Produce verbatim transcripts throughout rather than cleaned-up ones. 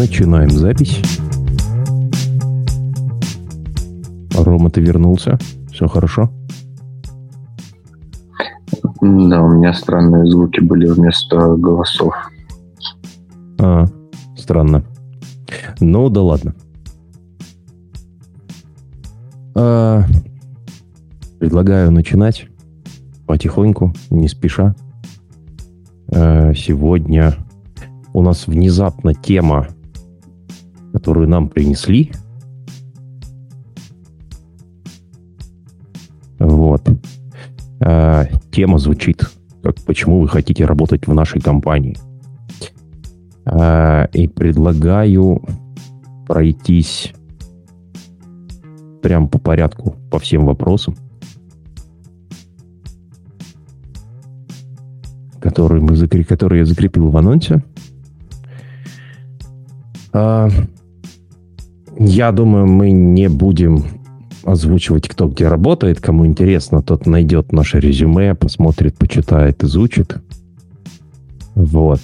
Начинаем запись. Рома, ты вернулся? Все хорошо? Да, у меня странные звуки были вместо голосов. А, странно. Ну да ладно. А, предлагаю начинать потихоньку, не спеша. А, сегодня у нас внезапно тема, которую нам принесли. Вот. А, тема звучит как «Почему вы хотите работать в нашей компании?». А, и предлагаю пройтись прям по порядку по всем вопросам, которые, мы закреп... которые я закрепил в анонсе. А, я думаю, мы не будем озвучивать, кто где работает. Кому интересно, тот найдет наше резюме, посмотрит, почитает, изучит. Вот.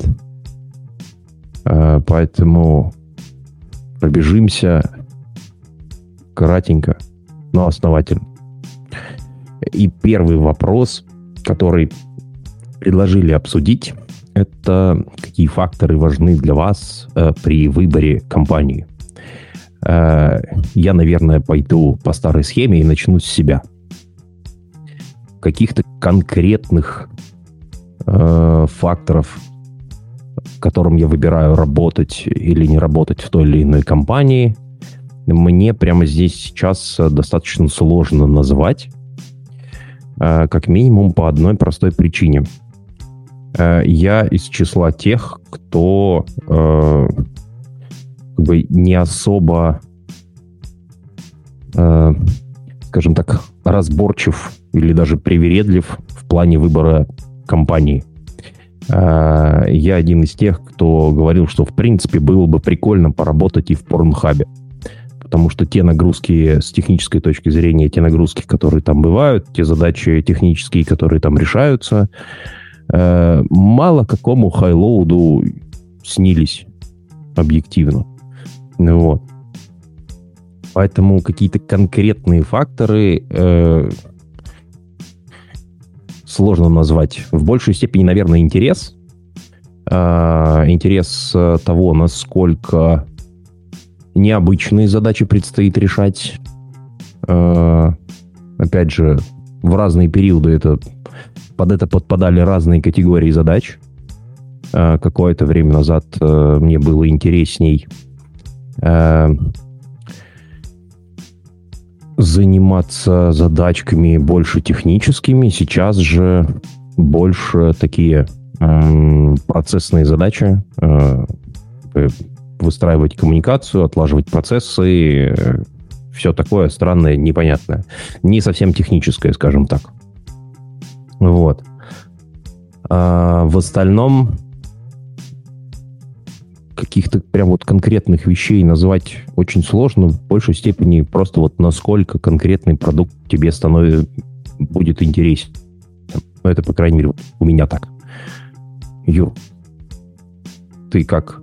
А, поэтому пробежимся кратенько, но основательно. И первый вопрос, который предложили обсудить, это какие факторы важны для вас э, при выборе компании. Э, я, наверное, пойду по старой схеме и начну с себя. Каких-то конкретных э, факторов, которым я выбираю работать или не работать в той или иной компании, мне прямо здесь сейчас достаточно сложно назвать, э, как минимум по одной простой причине. Я из числа тех, кто э, как бы не особо, э, скажем так, разборчив или даже привередлив в плане выбора компании. Э, я один из тех, кто говорил, что в принципе было бы прикольно поработать и в Порнхабе, потому что те нагрузки с технической точки зрения, те нагрузки, которые там бывают, те задачи технические, которые там решаются, мало какому хайлоуду снились объективно. Вот. Поэтому какие-то конкретные факторы э, сложно назвать. В большей степени, наверное, интерес. Э, интерес того, насколько необычные задачи предстоит решать. Э, опять же, в разные периоды это под это подпадали разные категории задач. Какое-то время назад мне было интересней заниматься задачками больше техническими. Сейчас же больше такие процессные задачи. Выстраивать коммуникацию, отлаживать процессы. Все такое странное, непонятное. Не совсем техническое, скажем так. Вот. А в остальном каких-то прям вот конкретных вещей назвать очень сложно. В большей степени просто вот насколько конкретный продукт тебе становится, будет интересен. Ну, это, по крайней мере, у меня так. Юр, ты как?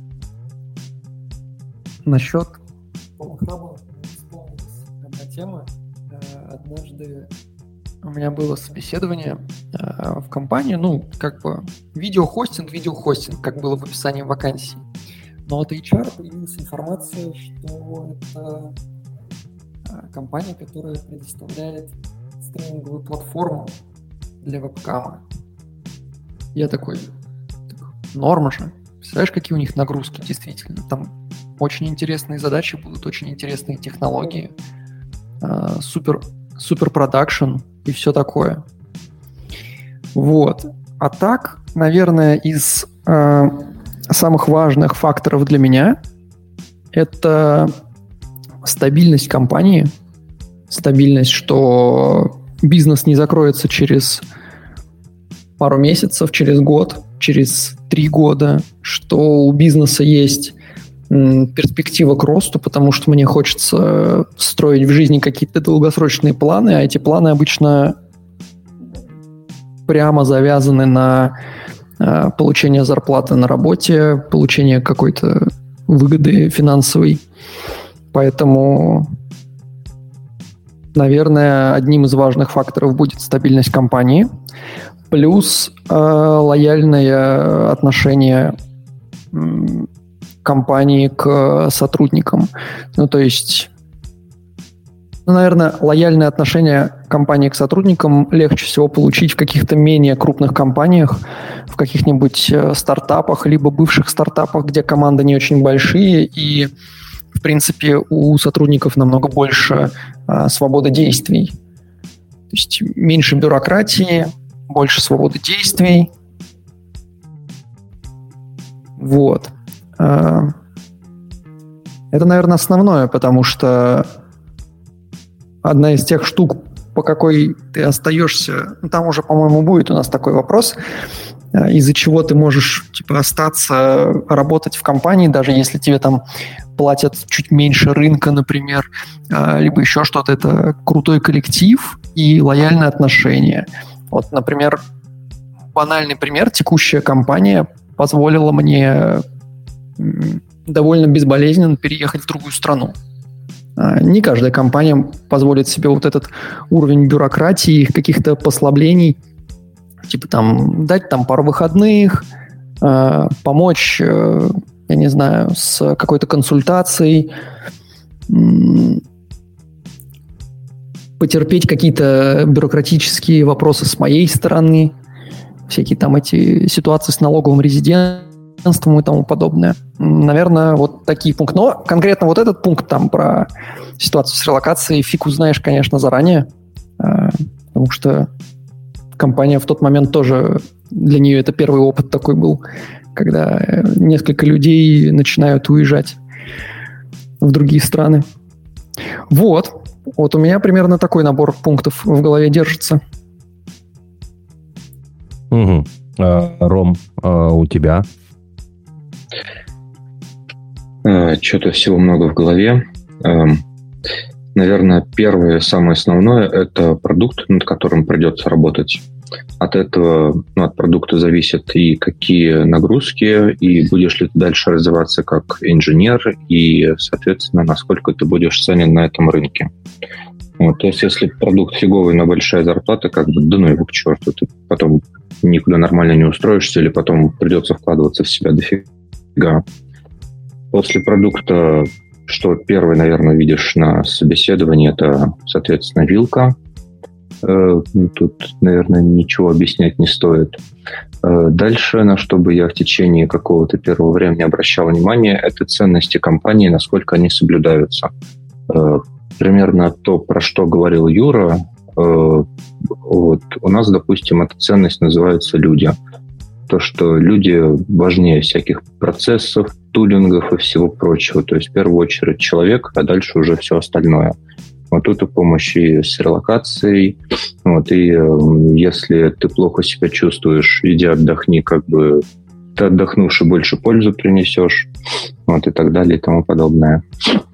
Насчет Порнхаба вспомнилась одна тема. Однажды у меня было собеседование э, в компании, ну, как бы видеохостинг, видеохостинг, как было в описании вакансии. Но от эйч ар появилась информация, что это э, компания, которая предоставляет стриминговую платформу для вебкама. Я такой, норма же. Представляешь, какие у них нагрузки, действительно. Там очень интересные задачи будут, очень интересные технологии, э, супер, супер продакшн и все такое. Вот. А так, наверное, из э, самых важных факторов для меня это стабильность компании, стабильность, что бизнес не закроется через пару месяцев, через год, через три года, что у бизнеса есть м, перспектива к росту, потому что мне хочется строить в жизни какие-то долгосрочные планы, а эти планы обычно прямо завязаны на э, получение зарплаты на работе, получение какой-то выгоды финансовой. Поэтому, наверное, одним из важных факторов будет стабильность компании, плюс э, лояльное отношение э, компании к сотрудникам. Ну, то есть, ну, наверное, лояльное отношение компании к сотрудникам легче всего получить в каких-то менее крупных компаниях, в каких-нибудь э, стартапах, либо бывших стартапах, где команды не очень большие, и, в принципе, у сотрудников намного больше э, свободы действий. То есть меньше бюрократии, больше свободы действий. Вот. Это, наверное, основное, потому что одна из тех штук, по какой ты остаешься, ну, там уже, по-моему, будет у нас такой вопрос, из-за чего ты можешь типа остаться, работать в компании, даже если тебе там платят чуть меньше рынка, например, либо еще что-то. Это крутой коллектив и лояльные отношения. Вот, например, банальный пример. Текущая компания позволила мне довольно безболезненно переехать в другую страну. Не каждая компания позволит себе вот этот уровень бюрократии, каких-то послаблений, типа там дать там пару выходных, помочь, я не знаю, с какой-то консультацией, потерпеть какие-то бюрократические вопросы с моей стороны, всякие там эти ситуации с налоговым резидентством и тому подобное. Наверное, вот такие пункты. Но конкретно вот этот пункт там про ситуацию с релокацией фиг узнаешь, конечно, заранее, потому что компания в тот момент тоже, для нее это первый опыт такой был, когда несколько людей начинают уезжать в другие страны. Вот. Вот у меня примерно такой набор пунктов в голове держится. Угу. А, Ром, а у тебя? Что-то всего много в голове. Наверное, первое, самое основное, это продукт, над которым придется работать. От этого, ну, от продукта зависит и какие нагрузки, и будешь ли ты дальше развиваться как инженер, и, соответственно, насколько ты будешь ценен на этом рынке. Вот, то есть, если продукт фиговый, но большая зарплата, как бы, да ну его к черту, ты потом никуда нормально не устроишься, или потом придется вкладываться в себя дофига. После продукта, что первый, наверное, видишь на собеседовании, это, соответственно, вилка. Тут, наверное, ничего объяснять не стоит. Дальше, на что бы я в течение какого-то первого времени обращал внимание, это ценности компании, насколько они соблюдаются. Примерно то, про что говорил Юра. Вот. У нас, допустим, эта ценность называется люди. То, что люди важнее всяких процессов, тулингов и всего прочего. То есть, в первую очередь, человек, а дальше уже все остальное. Вот тут и помощь и с релокацией. Вот, и э, если ты плохо себя чувствуешь, иди отдохни, как бы ты отдохнувши больше пользу принесешь. Вот, и так далее, и тому подобное.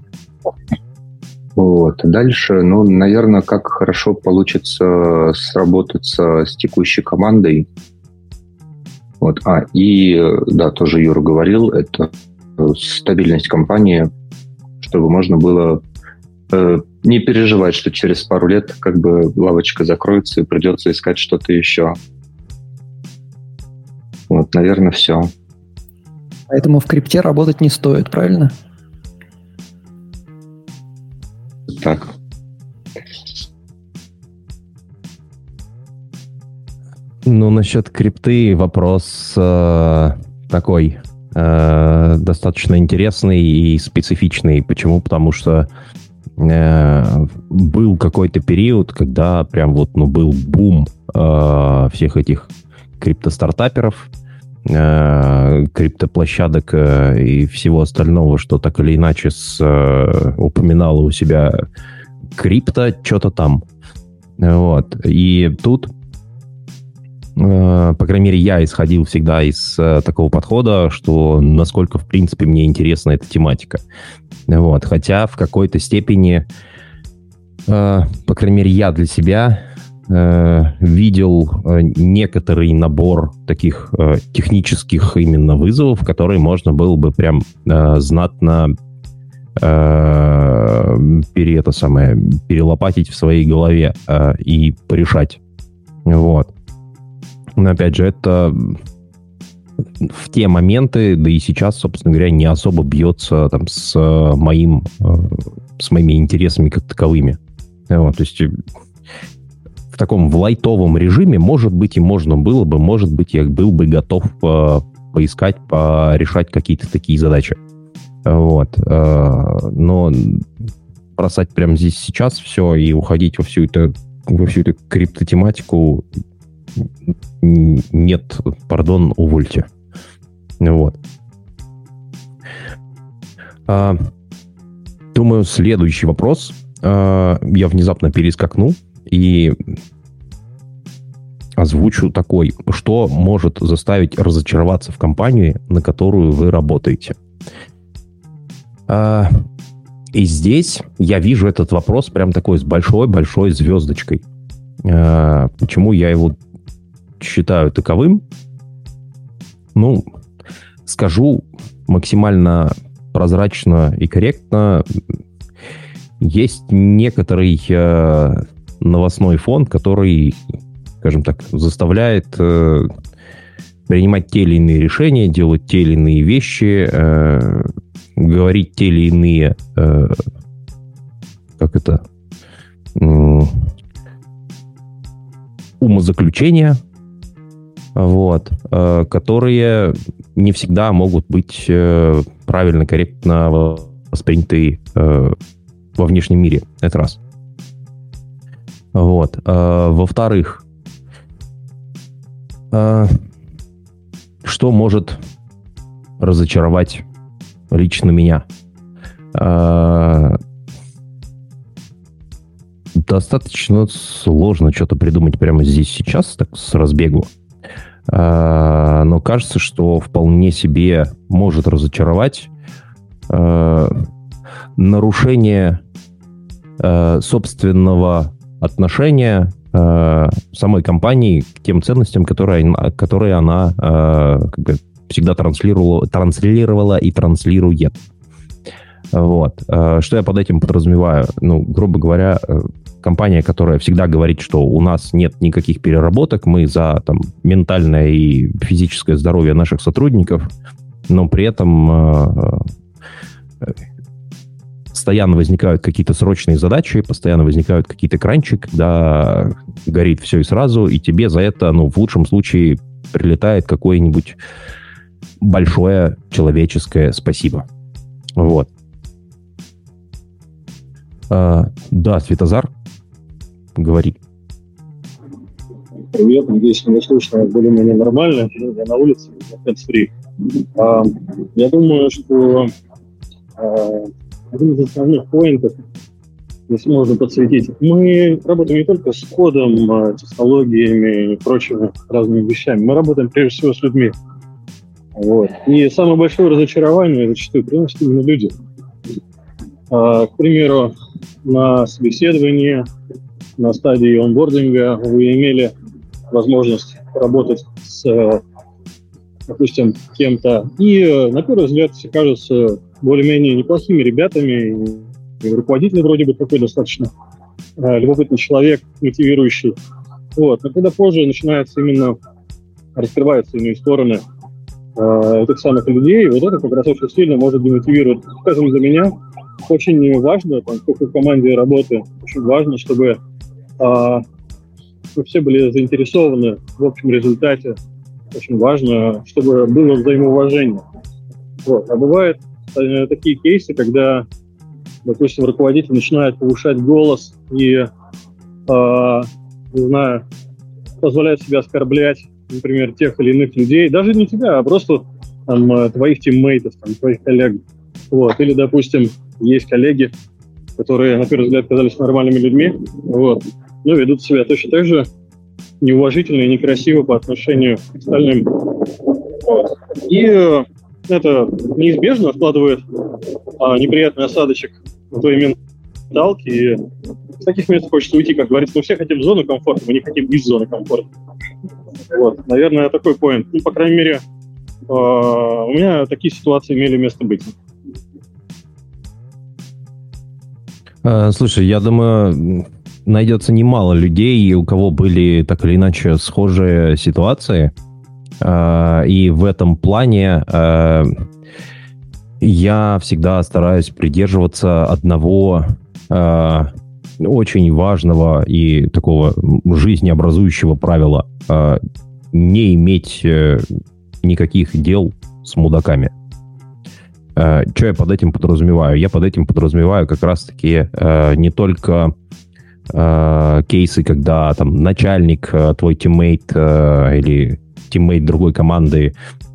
Вот. Дальше, ну, наверное, как хорошо получится сработаться с текущей командой. Вот. А, и, да, тоже Юра говорил, это стабильность компании, чтобы можно было э, не переживать, что через пару лет как бы лавочка закроется и придется искать что-то еще. Вот, наверное, все. Поэтому в крипте работать не стоит, правильно? Так. Ну, насчет крипты вопрос э, такой э, достаточно интересный и специфичный. Почему? Потому что э, был какой-то период, когда прям вот, ну, был бум э, всех этих криптостартаперов, э, криптоплощадок э, и всего остального, что так или иначе с, э, упоминало у себя крипто, что-то там. Вот. И тут, по крайней мере, я исходил всегда из uh, такого подхода, что насколько, в принципе, мне интересна эта тематика. Вот. Хотя в какой-то степени, uh, по крайней мере, я для себя э, видел э, некоторый набор таких э, технических именно вызовов, которые можно было бы прям э, знатно э, пере, это самое, перелопатить в своей голове э, и порешать. Вот. Но опять же, это в те моменты, да и сейчас, собственно говоря, не особо бьется там с моим, с моими интересами как таковыми. Вот, то есть в таком в лайтовом режиме, может быть, и можно было бы, может быть, я был бы готов по, поискать, порешать какие-то такие задачи. Вот. Но бросать прямо здесь сейчас все и уходить во всю эту, во всю эту криптотематику нет, пардон, увольте. Вот. А, думаю, следующий вопрос. А, я внезапно перескакну и озвучу такой. Что может заставить разочароваться в компании, на которую вы работаете? А, и здесь я вижу этот вопрос прям такой с большой-большой звездочкой. А, почему я его считаю таковым? Ну, скажу максимально прозрачно и корректно. Есть некоторый э, новостной фон, который, скажем так, заставляет э, принимать те или иные решения, делать те или иные вещи, э, говорить те или иные, э, как это, э, умозаключения, вот, э, которые не всегда могут быть э, правильно, корректно восприняты э, во внешнем мире. Это раз. Вот. Э, во-вторых, э, что может разочаровать лично меня? Э, достаточно сложно что-то придумать прямо здесь сейчас, так с разбегу. Uh, но кажется, что вполне себе может разочаровать uh, нарушение uh, собственного отношения uh, самой компании к тем ценностям, которые, которые она uh, как бы всегда транслировала, транслировала и транслирует. Вот. Uh, что я под этим подразумеваю? Ну, грубо говоря, компания, которая всегда говорит, что у нас нет никаких переработок, мы за там, ментальное и физическое здоровье наших сотрудников, но при этом э, э, постоянно возникают какие-то срочные задачи, постоянно возникают какие-то кранчи, когда горит все и сразу, и тебе за это, ну, в лучшем случае прилетает какое-нибудь большое человеческое спасибо. Вот. А, да, Светозар, говори. Привет, надеюсь, меня слышно более-менее нормально. Я на улице, опять фри. А, я думаю, что а, один из основных поинтов, если можно подсветить, мы работаем не только с кодом, технологиями и прочими разными вещами. Мы работаем прежде всего с людьми. Вот. И самое большое разочарование зачастую приносят именно люди. А, к примеру, на собеседовании, на стадии онбординга вы имели возможность работать с, допустим, кем-то. И, на первый взгляд, все кажутся более-менее неплохими ребятами. И руководитель вроде бы такой достаточно э, любопытный человек, мотивирующий. Вот. Но когда позже начинается именно, раскрываются иные стороны э, этих самых людей, вот это как раз очень сильно может демотивировать. Скажем, для меня очень важно, там, сколько в команде работы, очень важно, чтобы э, мы все были заинтересованы в общем результате. Очень важно, чтобы было взаимоуважение. Вот. А бывают э, такие кейсы, когда, допустим, руководитель начинает повышать голос и, э, не знаю, позволяет себе оскорблять, например, тех или иных людей, даже не тебя, а просто там, твоих тиммейтов, там, твоих коллег. Вот. Или, допустим, есть коллеги, которые, на первый взгляд, казались нормальными людьми, вот, но ведут себя точно так же неуважительно и некрасиво по отношению к остальным. Вот. И э, это неизбежно откладывает а, неприятный осадочек на твоей талки, и с таких мест хочется уйти, как говорится, мы все хотим зону комфорта, мы не хотим из зоны комфорта. Вот, наверное, такой поинт. Ну, по крайней мере, у меня такие ситуации имели место быть. Слушай, я думаю, найдется немало людей, у кого были так или иначе схожие ситуации. И в этом плане я всегда стараюсь придерживаться одного очень важного и такого жизнеобразующего правила: не иметь никаких дел с мудаками. Что я под этим подразумеваю? Я под этим подразумеваю как раз-таки э, не только э, кейсы, когда там начальник, э, твой тиммейт э, или тиммейт другой команды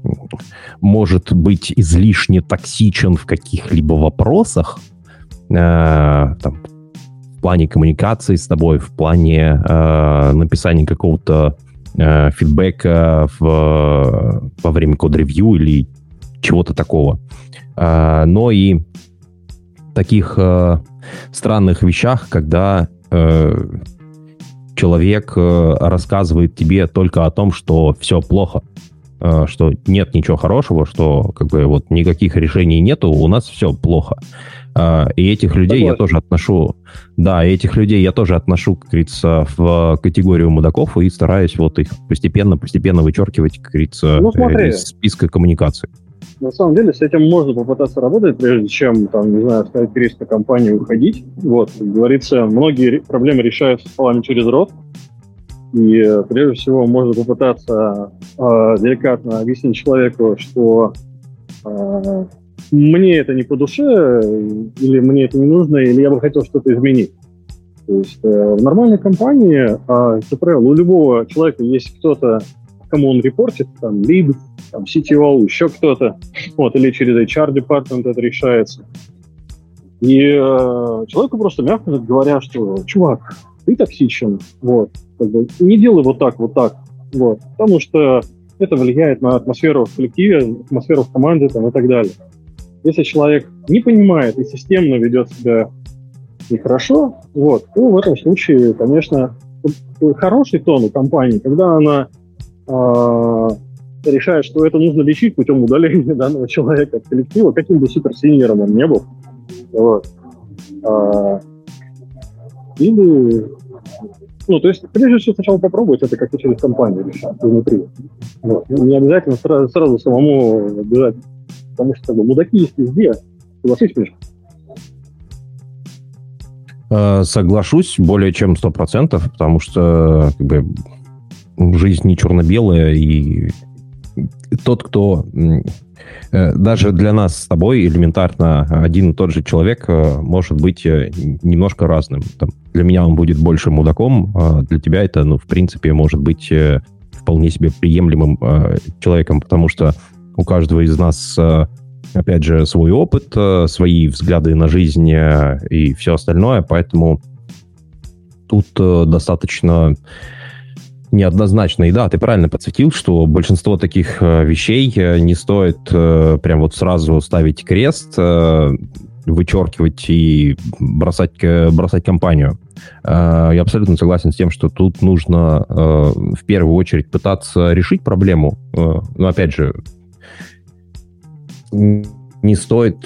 может быть излишне токсичен в каких-либо вопросах, э, там, в плане коммуникации с тобой, в плане э, написания какого-то э, фидбэка в, во время код-ревью или чего-то такого. Uh, но и таких uh, странных вещах, когда uh, человек uh, рассказывает тебе только о том, что все плохо, uh, что нет ничего хорошего, что как бы вот никаких решений нету, у нас все плохо. Uh, и этих людей Согласен. я тоже отношу, да, этих людей я тоже отношу, как говорится, в категорию мудаков и стараюсь вот их постепенно-постепенно вычеркивать, как говорится, ну, из списка коммуникаций. На самом деле с этим можно попытаться работать, прежде чем, там, не знаю, ставить крест на компанию и уходить. Вот, как говорится, многие проблемы решаются словами через рот. И прежде всего можно попытаться э, деликатно объяснить человеку, что э, мне это не по душе, или мне это не нужно, или я бы хотел что-то изменить. То есть э, в нормальной компании, э, как правило, у любого человека есть кто-то, кому он репортит, там, лид, там, си ти о, еще кто-то, вот, или через эйч ар-департмент это решается. И э, человеку просто мягко говоря, что, чувак, ты токсичен, вот, как бы, не делай вот так, вот так, вот, потому что это влияет на атмосферу в коллективе, атмосферу в команде, там, и так далее. Если человек не понимает и системно ведет себя нехорошо, вот, то в этом случае, конечно, хороший тон у компании, когда она решает, что это нужно лечить путем удаления данного человека от коллектива, каким бы суперсиньором он не был. Вот. А, или... Ну, то есть, прежде всего, сначала попробовать это как-то через компанию решать внутри. Вот. Не обязательно сразу, сразу самому бежать, потому что как бы, мудаки есть везде. Согласись, Миша? Соглашусь более чем сто процентов, потому что как бы, жизнь не черно-белая, и тот, кто... Даже для нас с тобой элементарно один и тот же человек может быть немножко разным. Там, для меня он будет больше мудаком, а для тебя это, ну, в принципе, может быть вполне себе приемлемым человеком, потому что у каждого из нас, опять же, свой опыт, свои взгляды на жизнь и все остальное, поэтому тут достаточно неоднозначно. И да, ты правильно подсветил, что большинство таких вещей не стоит прям вот сразу ставить крест, вычеркивать и бросать, бросать компанию. Я абсолютно согласен с тем, что тут нужно в первую очередь пытаться решить проблему. Но опять же, не стоит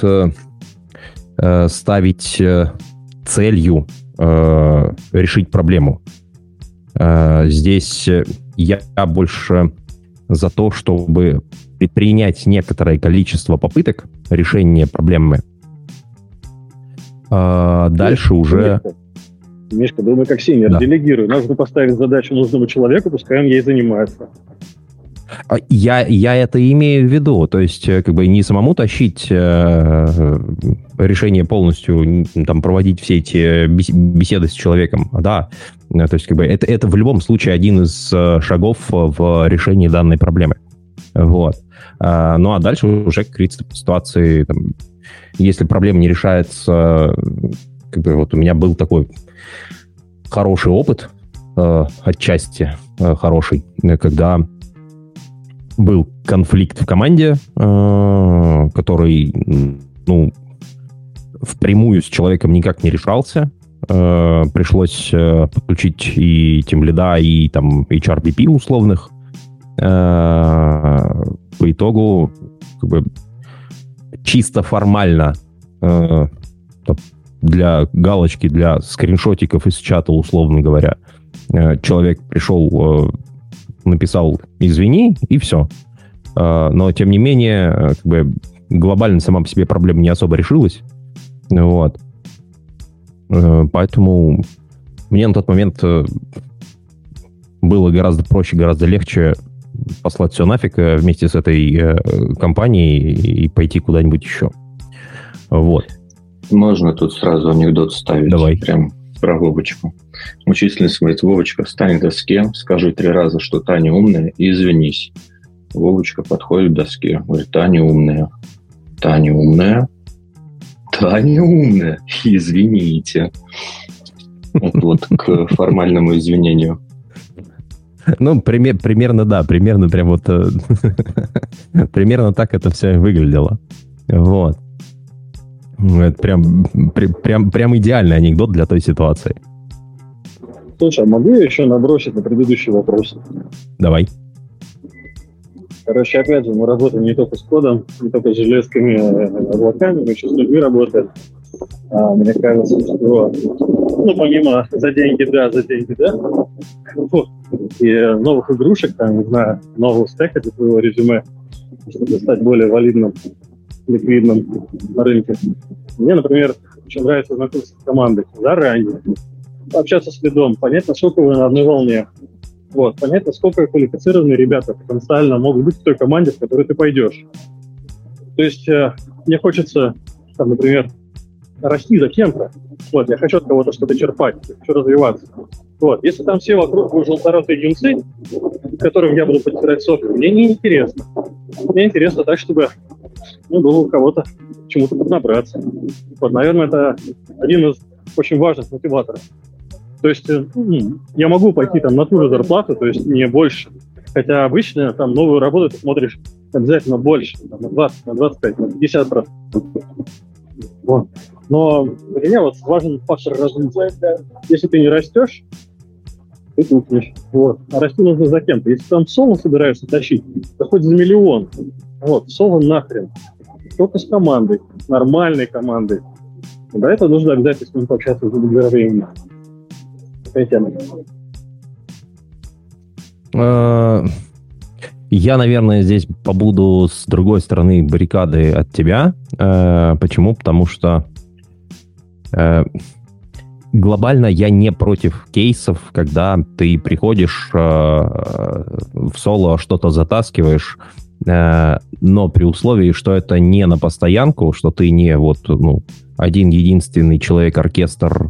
ставить целью решить проблему. Здесь я больше за то, чтобы предпринять некоторое количество попыток решения проблемы. А дальше Мишка, уже... Мишка, Мишка, думай как синьор, да. Делегируй. Нужно поставить задачу нужному человеку, пускай он ей занимается. Я, я это имею в виду. То есть, как бы не самому тащить э, решение полностью, там, проводить все эти беседы с человеком. Да. То есть, как бы это, это в любом случае один из шагов в решении данной проблемы. Вот. А, ну, а дальше уже, как говорится, по ситуации, там, если проблема не решается, как бы вот у меня был такой хороший опыт, э, отчасти э, хороший, когда был конфликт в команде, который, ну, впрямую с человеком никак не решался. Э, пришлось э, подключить и тимлида, и там эйч ар би пи условных. Э, по итогу как бы чисто формально э, для галочки, для скриншотиков из чата, условно говоря, э, человек пришел, э, написал «извини», и все. Э, но, тем не менее, э, как бы глобально сама по себе проблема не особо решилась. Вот. Э, поэтому мне на тот момент э, было гораздо проще, гораздо легче послать все нафиг э, вместе с этой э, компанией и пойти куда-нибудь еще. Вот. Можно тут сразу анекдот ставить. Давай. Прям про Вовочку. Учительница говорит: Вовочка, встань к доске, скажи три раза, что Таня умная, и извинись. Вовочка подходит к доске, говорит: Таня умная. Таня умная. Таня умная. Извините. Это вот к формальному извинению. Ну, пример, примерно, да, примерно прям вот примерно так это все выглядело. Вот. Это прям, прям, прям идеальный анекдот для той ситуации. Слушай, а могу я еще набросить на предыдущий вопрос? Давай. Короче, опять же, мы работаем не только с кодом, не только с железками, облаками, мы еще с людьми работаем. А, мне кажется, что, ну, помимо за деньги, да, за деньги, да, вот, и новых игрушек, там, не знаю, нового стека для твоего резюме, чтобы стать более валидным, ликвидным на рынке. Мне, например, очень нравится знакомиться с командой заранее, общаться с лидом, понять, насколько вы на одной волне. Вот, понять, насколько квалифицированные ребята потенциально могут быть в той команде, в которой ты пойдешь. То есть э, мне хочется, там, например, расти за кем-то. Вот, я хочу от кого-то что-то черпать, хочу развиваться. Вот, если там все вокруг будут желторотые юнцы, которым я буду подтирать сопли, мне не интересно. Мне интересно так, чтобы, ну, было у кого-то чему-то поднабраться. Вот, наверное, это один из очень важных мотиваторов. То есть ну, я могу пойти там на ту же зарплату, то есть не больше. Хотя обычно там новую работу ты смотришь обязательно больше, там, на двадцать, на двадцать пять, на пятьдесят процентов. Вот. Но для меня вот важен фактор развития. Если ты не растешь, ты тухнешь. Вот. А расти нужно за кем-то. Если там соло собираешься тащить, то хоть за миллион. Вот, соло нахрен. Только с командой, нормальной командой. До этого нужно обязательно с ним пообщаться за времени. Я, наверное, здесь побуду с другой стороны баррикады от тебя. Почему? Потому что глобально я не против кейсов, когда ты приходишь в соло, что-то затаскиваешь, но при условии, что это не на постоянку, что ты не вот, ну, один единственный человек-оркестр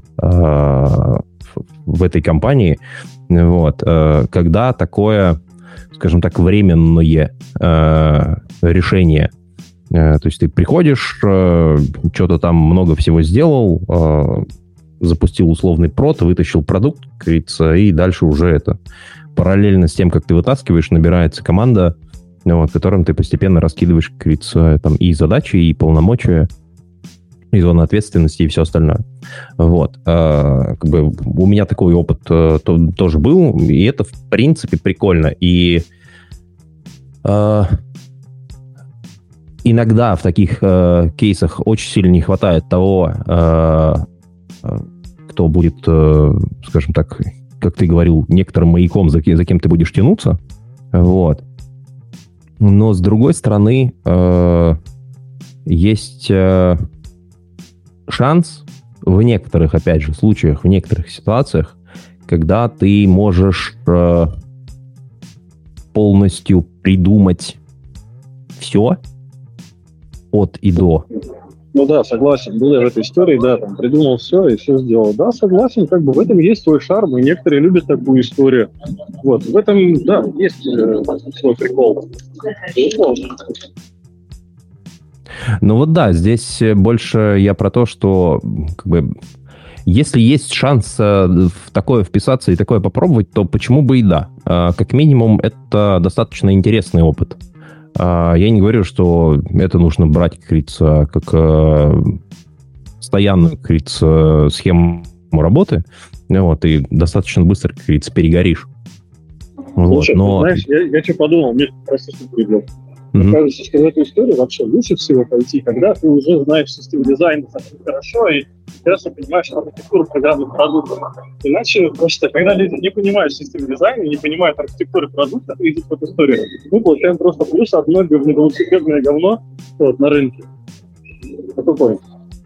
в этой компании, вот, э, когда такое, скажем так, временное э, решение. Э, то есть ты приходишь, э, что-то там много всего сделал, э, запустил условный прод, вытащил продукт, как говорится, и дальше уже это. Параллельно с тем, как ты вытаскиваешь, набирается команда, вот, которым ты постепенно раскидываешь, как говорится, там, и задачи, и полномочия, и зона ответственности, и все остальное. Вот. А, как бы у меня такой опыт а, то, тоже был, и это, в принципе, прикольно. И а, иногда в таких а, кейсах очень сильно не хватает того, а, кто будет, а, скажем так, как ты говорил, некоторым маяком, за, за кем ты будешь тянуться. Вот. Но, с другой стороны, а, есть... А, шанс в некоторых, опять же, случаях, в некоторых ситуациях, когда ты можешь э, полностью придумать все от и до. Ну да, согласен. Был я в этой истории, да, там придумал все и все сделал. Да, согласен, как бы в этом есть свой шарм, и некоторые любят такую историю. Вот, в этом, да, есть э, свой прикол. Ну вот да, здесь больше я про то, что как бы, если есть шанс в такое вписаться и такое попробовать, то почему бы и да. Как минимум, это достаточно интересный опыт. Я не говорю, что это нужно брать, как говорится, как постоянную, как говорится, схему работы, вот, и достаточно быстро, как говорится, перегоришь. Слушай, вот, но... знаешь, я, я что подумал, мне прости, что перебил. Мне mm-hmm. кажется, что в эту историю вообще лучше всего пойти, когда ты уже знаешь систему дизайна совсем хорошо и хорошо понимаешь архитектуру программных продуктов. Иначе просто, когда люди не понимают систему дизайна, не понимают архитектуру продуктов и идут в эту историю, мы получаем просто плюс одно велосипедное говно вот, на рынке. Это понял.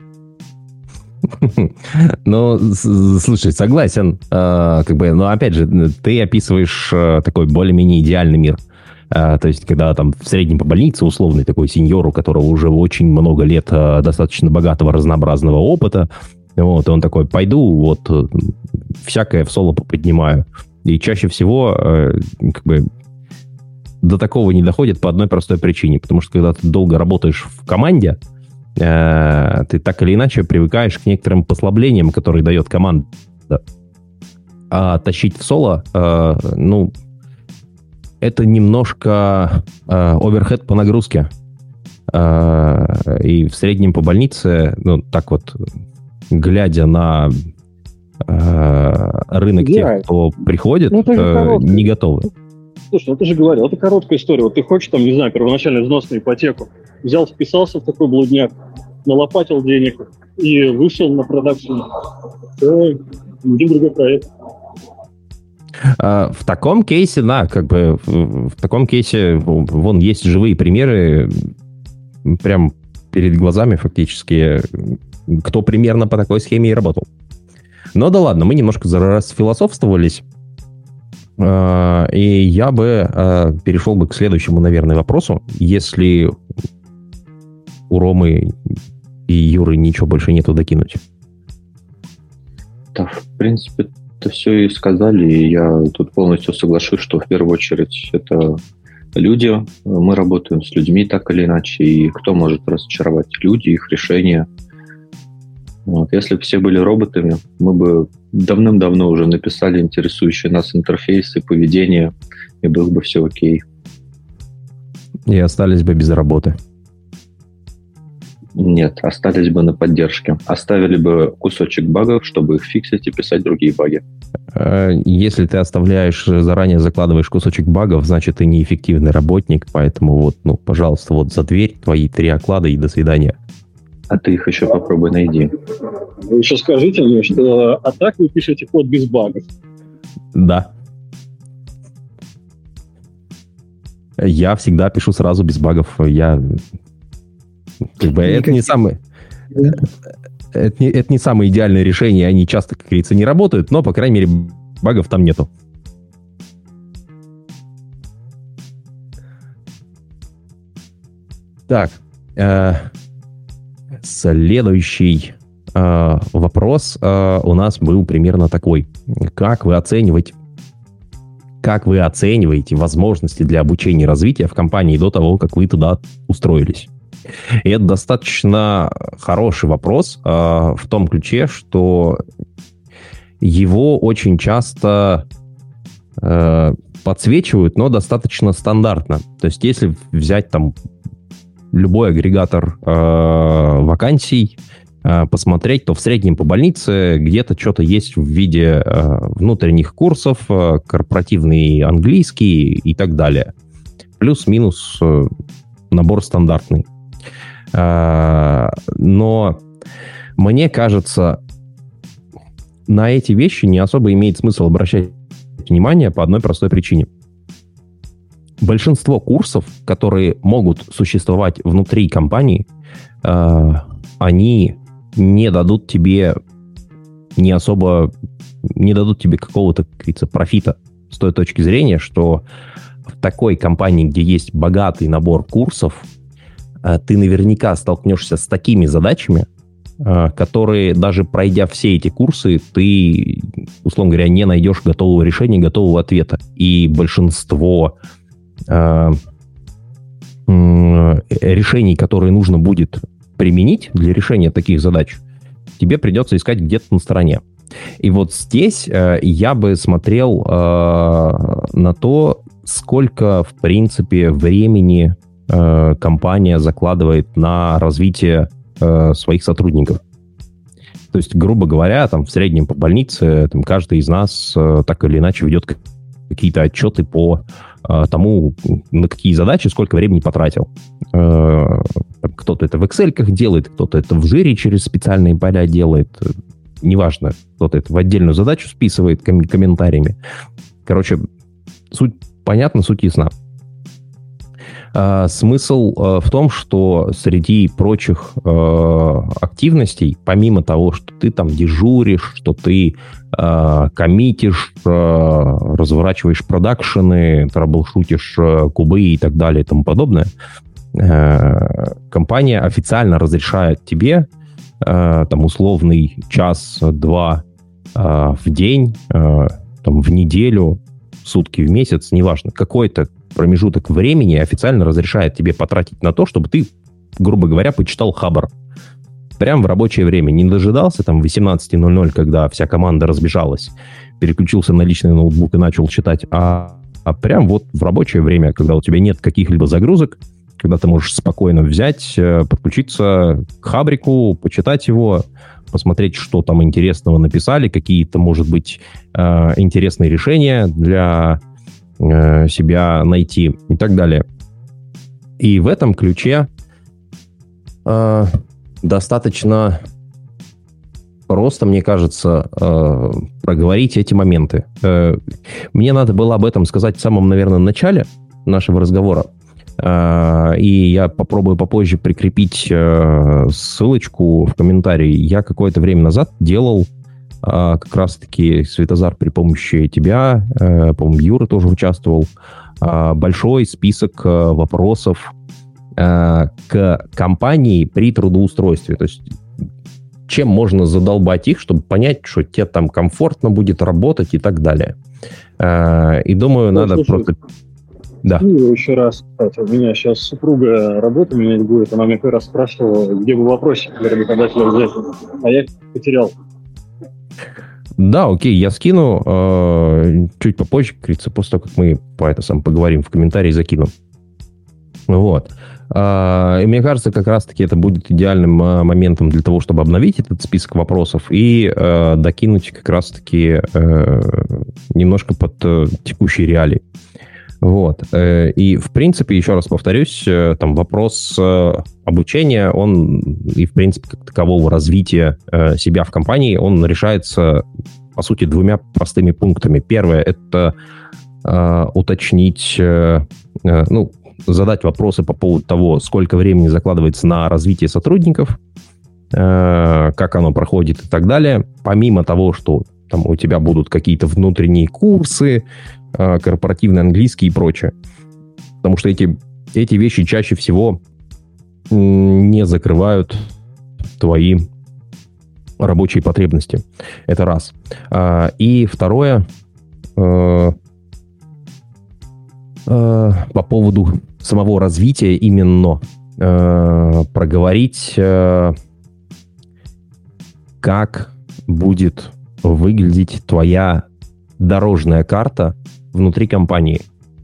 Ну, слушай, согласен. Как бы, но опять же, ты описываешь такой более-менее идеальный мир. То есть, когда там в среднем по больнице условный такой сеньор, у которого уже очень много лет достаточно богатого разнообразного опыта, вот, и он такой, пойду, вот, всякое в соло поподнимаю. И чаще всего, как бы, до такого не доходит по одной простой причине. Потому что, когда ты долго работаешь в команде, ты так или иначе привыкаешь к некоторым послаблениям, которые дает команда. А тащить в соло, ну, это немножко оверхед по нагрузке. И в среднем по больнице, ну, так вот, глядя на рынок yeah. тех, кто приходит, ну, не готовы. Слушай, ну ты же говорил, это короткая история. Вот ты хочешь, там, не знаю, первоначальный взнос на ипотеку, взял, вписался в такой блудняк, налопатил денег и вышел на продакшн. Все, иди в другой проект. В таком кейсе, да, как бы в, в таком кейсе вон есть живые примеры прям перед глазами фактически, кто примерно по такой схеме и работал. Но да ладно, мы немножко расфилософствовались. И я бы э, перешел бы к следующему, наверное, вопросу. Если у Ромы и Юры ничего больше нету докинуть. Да, в принципе, это все и сказали. И я тут полностью соглашусь, что в первую очередь это люди. Мы работаем с людьми так или иначе. И кто может разочаровать? Люди, их решения. Вот. Если бы все были роботами, мы бы давным-давно уже написали интересующие нас интерфейсы, поведение, и было бы все окей. И остались бы без работы. Нет, остались бы на поддержке. Оставили бы кусочек багов, чтобы их фиксить и писать другие баги. Если ты оставляешь, заранее закладываешь кусочек багов, значит, ты неэффективный работник, поэтому вот, ну, пожалуйста, вот за дверь твои три оклада и до свидания. А ты их еще попробуй найди. Вы еще скажите мне, что а так вы пишете код без багов. Да. Я всегда пишу сразу без багов. Я... Как бы, это не самое... Это не, это не самое идеальное решение. Они часто, как говорится, не работают, но, по крайней мере, багов там нету. Так. Э- Следующий э, вопрос э, у нас был примерно такой. Как вы оцениваете, как вы оцениваете возможности для обучения и развития в компании до того, как вы туда устроились? И это достаточно хороший вопрос э, в том ключе, что его очень часто э, подсвечивают, но достаточно стандартно. То есть если взять там любой агрегатор э, вакансий, э, посмотреть, то в среднем по больнице где-то что-то есть в виде э, внутренних курсов, э, корпоративный английский и так далее. Плюс-минус э, набор стандартный. Э, но мне кажется, на эти вещи не особо имеет смысл обращать внимание по одной простой причине. Большинство курсов, которые могут существовать внутри компании, э, они не дадут тебе не особо, не дадут тебе какого-то, как говорится, профита с той точки зрения, что в такой компании, где есть богатый набор курсов, э, ты наверняка столкнешься с такими задачами, э, которые, даже пройдя все эти курсы, ты, условно говоря, не найдешь готового решения, готового ответа. И большинство решений, которые нужно будет применить для решения таких задач, тебе придется искать где-то на стороне. И вот здесь я бы смотрел на то, сколько, в принципе, времени компания закладывает на развитие своих сотрудников. То есть, грубо говоря, там в среднем по больнице там, каждый из нас э, так или иначе ведет какие-то отчеты по э, тому, на какие задачи, сколько времени потратил. Э, кто-то это в Excel-ках делает, кто-то это в жире через специальные поля делает. Неважно, кто-то это в отдельную задачу списывает ком- комментариями. Короче, суть понятна, суть ясна. Uh, смысл uh, в том, что среди прочих uh, активностей, помимо того, что ты там дежуришь, что ты uh, коммитишь, uh, разворачиваешь продакшены, траблшутишь uh, кубы и так далее и тому подобное, uh, компания официально разрешает тебе uh, там условный час-два uh, в день, uh, там, в неделю, сутки в месяц, неважно, какой-то промежуток времени официально разрешает тебе потратить на то, чтобы ты, грубо говоря, почитал хабр. Прям в рабочее время. Не дожидался там в восемнадцать ноль ноль, когда вся команда разбежалась, переключился на личный ноутбук и начал читать, а, а прям вот в рабочее время, когда у тебя нет каких-либо загрузок, когда ты можешь спокойно взять, подключиться к хабрику, почитать его, посмотреть, что там интересного написали, какие-то, может быть, интересные решения для себя найти и так далее. И в этом ключе э, достаточно просто, мне кажется, э, проговорить эти моменты. Э, мне надо было об этом сказать в самом, наверное, начале нашего разговора. Э, и я попробую попозже прикрепить э, ссылочку в комментарии. Я какое-то время назад делал как раз-таки, Светозар, при помощи тебя, по-моему, Юра тоже участвовал, большой список вопросов к компании при трудоустройстве. То есть чем можно задолбать их, чтобы понять, что тебе там комфортно будет работать и так далее. И думаю, ну, надо слушай, просто... Да. Ну, еще раз, кстати, у меня сейчас супруга работа менять будет, она меня как раз спрашивала, где бы вопросик для работодателя взять, а я их потерял. Да, окей, я скину э, чуть попозже, как говорится, после того, как мы по это сам поговорим, в комментарии закину. Вот. Э, и мне кажется, как раз-таки это будет идеальным э, моментом для того, чтобы обновить этот список вопросов и э, докинуть как раз-таки э, немножко под э, текущие реалии. Вот. И, в принципе, еще раз повторюсь, там вопрос обучения, он и, в принципе, как такового развития себя в компании, он решается, по сути, двумя простыми пунктами. Первое — это э, уточнить, э, ну, задать вопросы по поводу того, сколько времени закладывается на развитие сотрудников, э, как оно проходит и так далее. Помимо того, что там у тебя будут какие-то внутренние курсы, корпоративный английский и прочее. Потому что эти, эти вещи чаще всего не закрывают твои рабочие потребности. Это раз. И второе, по поводу самого развития именно проговорить, как будет выглядеть твоя дорожная карта внутри компании.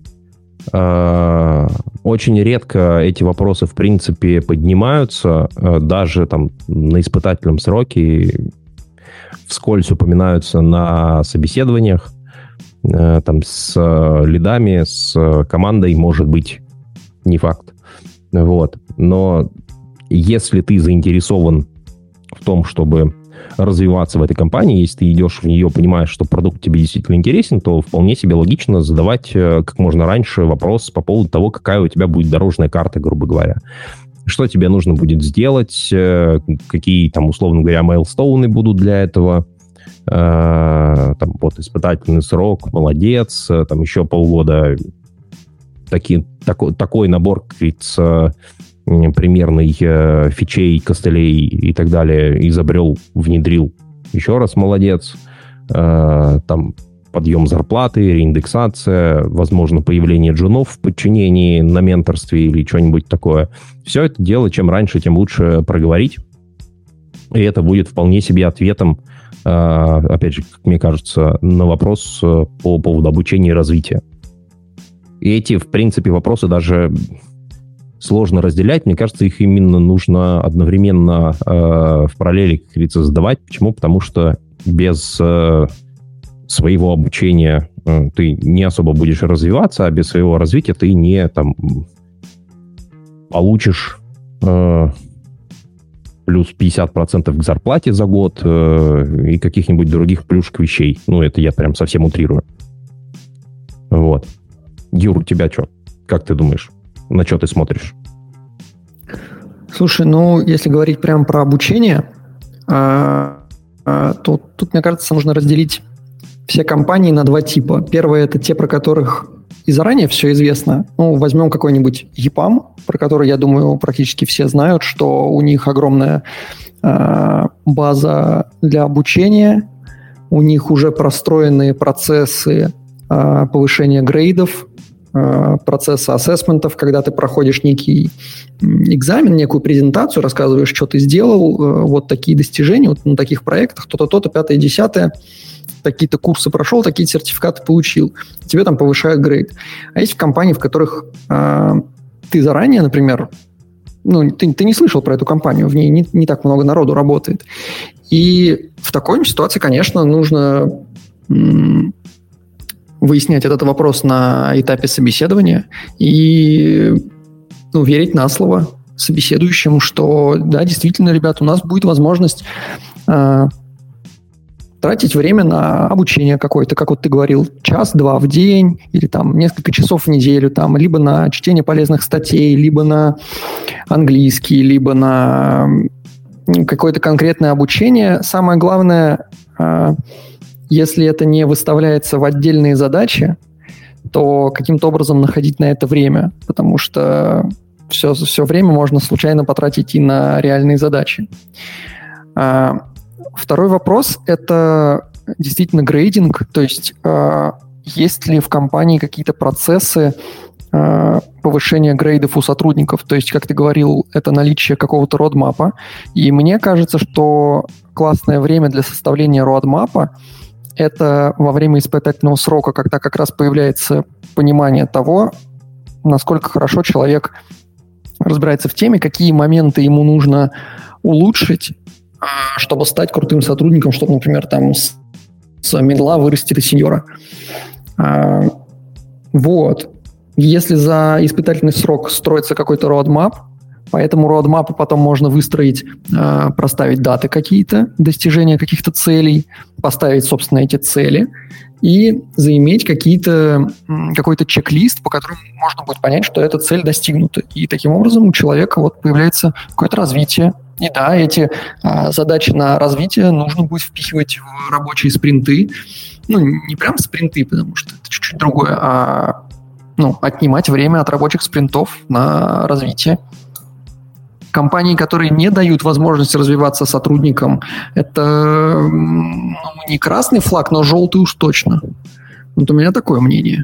Очень редко эти вопросы, в принципе, поднимаются, даже там на испытательном сроке, вскользь упоминаются на собеседованиях, там с лидами, с командой, может быть, не факт. Вот. Но если ты заинтересован в том, чтобы развиваться в этой компании, если ты идешь в нее, понимаешь, что продукт тебе действительно интересен, то вполне себе логично задавать как можно раньше вопрос по поводу того, какая у тебя будет дорожная карта, грубо говоря. Что тебе нужно будет сделать, какие там, условно говоря, мейлстоуны будут для этого, там вот испытательный срок, молодец, там еще полгода, таки, такой, такой набор, как говорится, примерный э, фичей, костылей и так далее изобрел, внедрил. Еще раз молодец. Э, там подъем зарплаты, реиндексация, возможно, появление джунов в подчинении на менторстве или что-нибудь такое. Все это дело, чем раньше, тем лучше проговорить. И это будет вполне себе ответом, э, опять же, как мне кажется, на вопрос э, по поводу обучения и развития. И эти, в принципе, вопросы даже... сложно разделять. Мне кажется, их именно нужно одновременно э, в параллели, как говорится, сдавать. Почему? Потому что без э, своего обучения э, ты не особо будешь развиваться, а без своего развития ты не там, получишь э, плюс пятьдесят процентов к зарплате за год э, и каких-нибудь других плюшек вещей. Ну, это я прям совсем утрирую. Вот. Юр, у тебя что? Как ты думаешь? На что ты смотришь? Слушай, ну, если говорить прямо про обучение, а, а, то тут, мне кажется, нужно разделить все компании на два типа. Первое – это те, про которых и заранее все известно. Ну, возьмем какой-нибудь ЕПАМ, про который, я думаю, практически все знают, что у них огромная а, база для обучения, у них уже простроенные процессы а, повышения грейдов, процесса ассессментов, когда ты проходишь некий экзамен, некую презентацию, рассказываешь, что ты сделал, вот такие достижения, вот на таких проектах, то-то, то-то, пятое, десятое, такие-то курсы прошел, такие сертификаты получил. Тебе там повышают грейд. А есть компании, в которых э, ты заранее, например, ну, ты, ты не слышал про эту компанию, в ней не, не так много народу работает. И в такой ситуации, конечно, нужно... М- выяснять этот вопрос на этапе собеседования и ну, верить на слово собеседующему, что да, действительно, ребят, у нас будет возможность э, тратить время на обучение какое-то, как вот ты говорил, час-два в день или там несколько часов в неделю, там, либо на чтение полезных статей, либо на английский, либо на какое-то конкретное обучение. Самое главное... Э, Если это не выставляется в отдельные задачи, то каким-то образом находить на это время, потому что все, все время можно случайно потратить и на реальные задачи. А, второй вопрос – это действительно грейдинг, то есть а, есть ли в компании какие-то процессы а, повышения грейдов у сотрудников, то есть, как ты говорил, это наличие какого-то родмапа, и мне кажется, что классное время для составления родмапа это во время испытательного срока, когда как раз появляется понимание того, насколько хорошо человек разбирается в теме, какие моменты ему нужно улучшить, чтобы стать крутым сотрудником, чтобы, например, там с, с мидла вырасти до сеньора. Вот. Если за испытательный срок строится какой-то roadmap, по этому roadmap потом можно выстроить, э, проставить даты какие-то, достижения каких-то целей, поставить, собственно, эти цели и заиметь какие-то, какой-то чек-лист, по которому можно будет понять, что эта цель достигнута. И таким образом у человека вот появляется какое-то развитие. И да, эти э, задачи на развитие нужно будет впихивать в рабочие спринты. Ну, не прям спринты, потому что это чуть-чуть другое, а ну, отнимать время от рабочих спринтов на развитие. Компании, которые не дают возможности развиваться сотрудникам, это ну, не красный флаг, но желтый уж точно. Вот у меня такое мнение.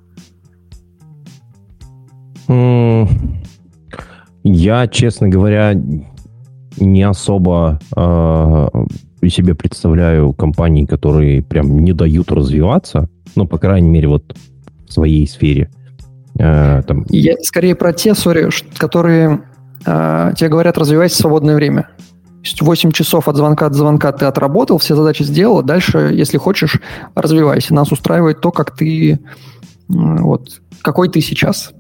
Я, честно говоря, не особо э, себе представляю компании, которые прям не дают развиваться. Ну, по крайней мере, вот в своей сфере. Э, там... Я скорее про те, сори, которые... тебе говорят, развивайся в свободное время. То есть восемь часов от звонка до звонка ты отработал, все задачи сделал, дальше, если хочешь, развивайся. Нас устраивает то, как ты, вот, какой ты сейчас.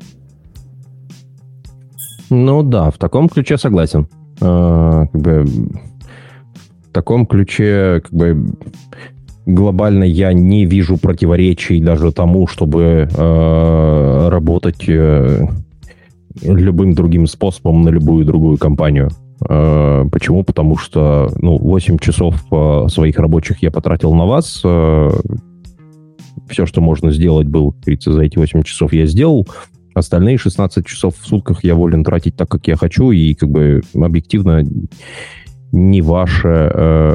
Ну да, в таком ключе согласен. А, как бы, в таком ключе как бы, глобально я не вижу противоречий даже тому, чтобы э, работать... Э, любым другим способом на любую другую компанию. Почему? Потому что ну, восемь часов своих рабочих я потратил на вас. Все, что можно сделать, было, как говорится, за эти восемь часов я сделал. Остальные шестнадцать часов в сутках я волен тратить так, как я хочу, и как бы объективно не ваше,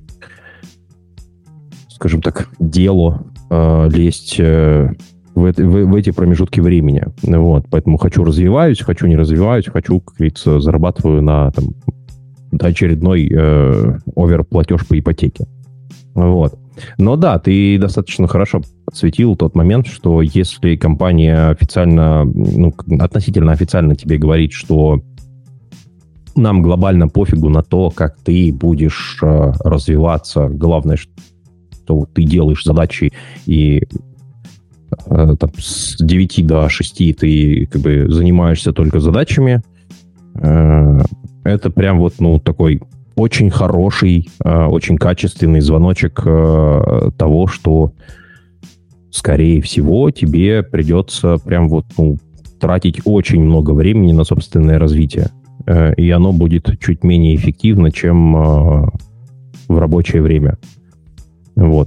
скажем так, дело лезть В, это, в, в эти промежутки времени. Вот. Поэтому хочу развиваюсь, хочу не развиваюсь, хочу, как говорится, зарабатываю на там, очередной э, оверплатеж по ипотеке. Вот. Но да, ты достаточно хорошо подсветил тот момент, что если компания официально, ну, относительно официально тебе говорит, что нам глобально пофигу на то, как ты будешь э, развиваться, главное, что ты делаешь задачи, и э, там, с девяти до шести ты как бы занимаешься только задачами, э, это прям вот, ну, такой очень хороший, э, очень качественный звоночек э, того, что, скорее всего, тебе придется прям вот, ну, тратить очень много времени на собственное развитие. Э, и оно будет чуть менее эффективно, чем э, в рабочее время. Вот.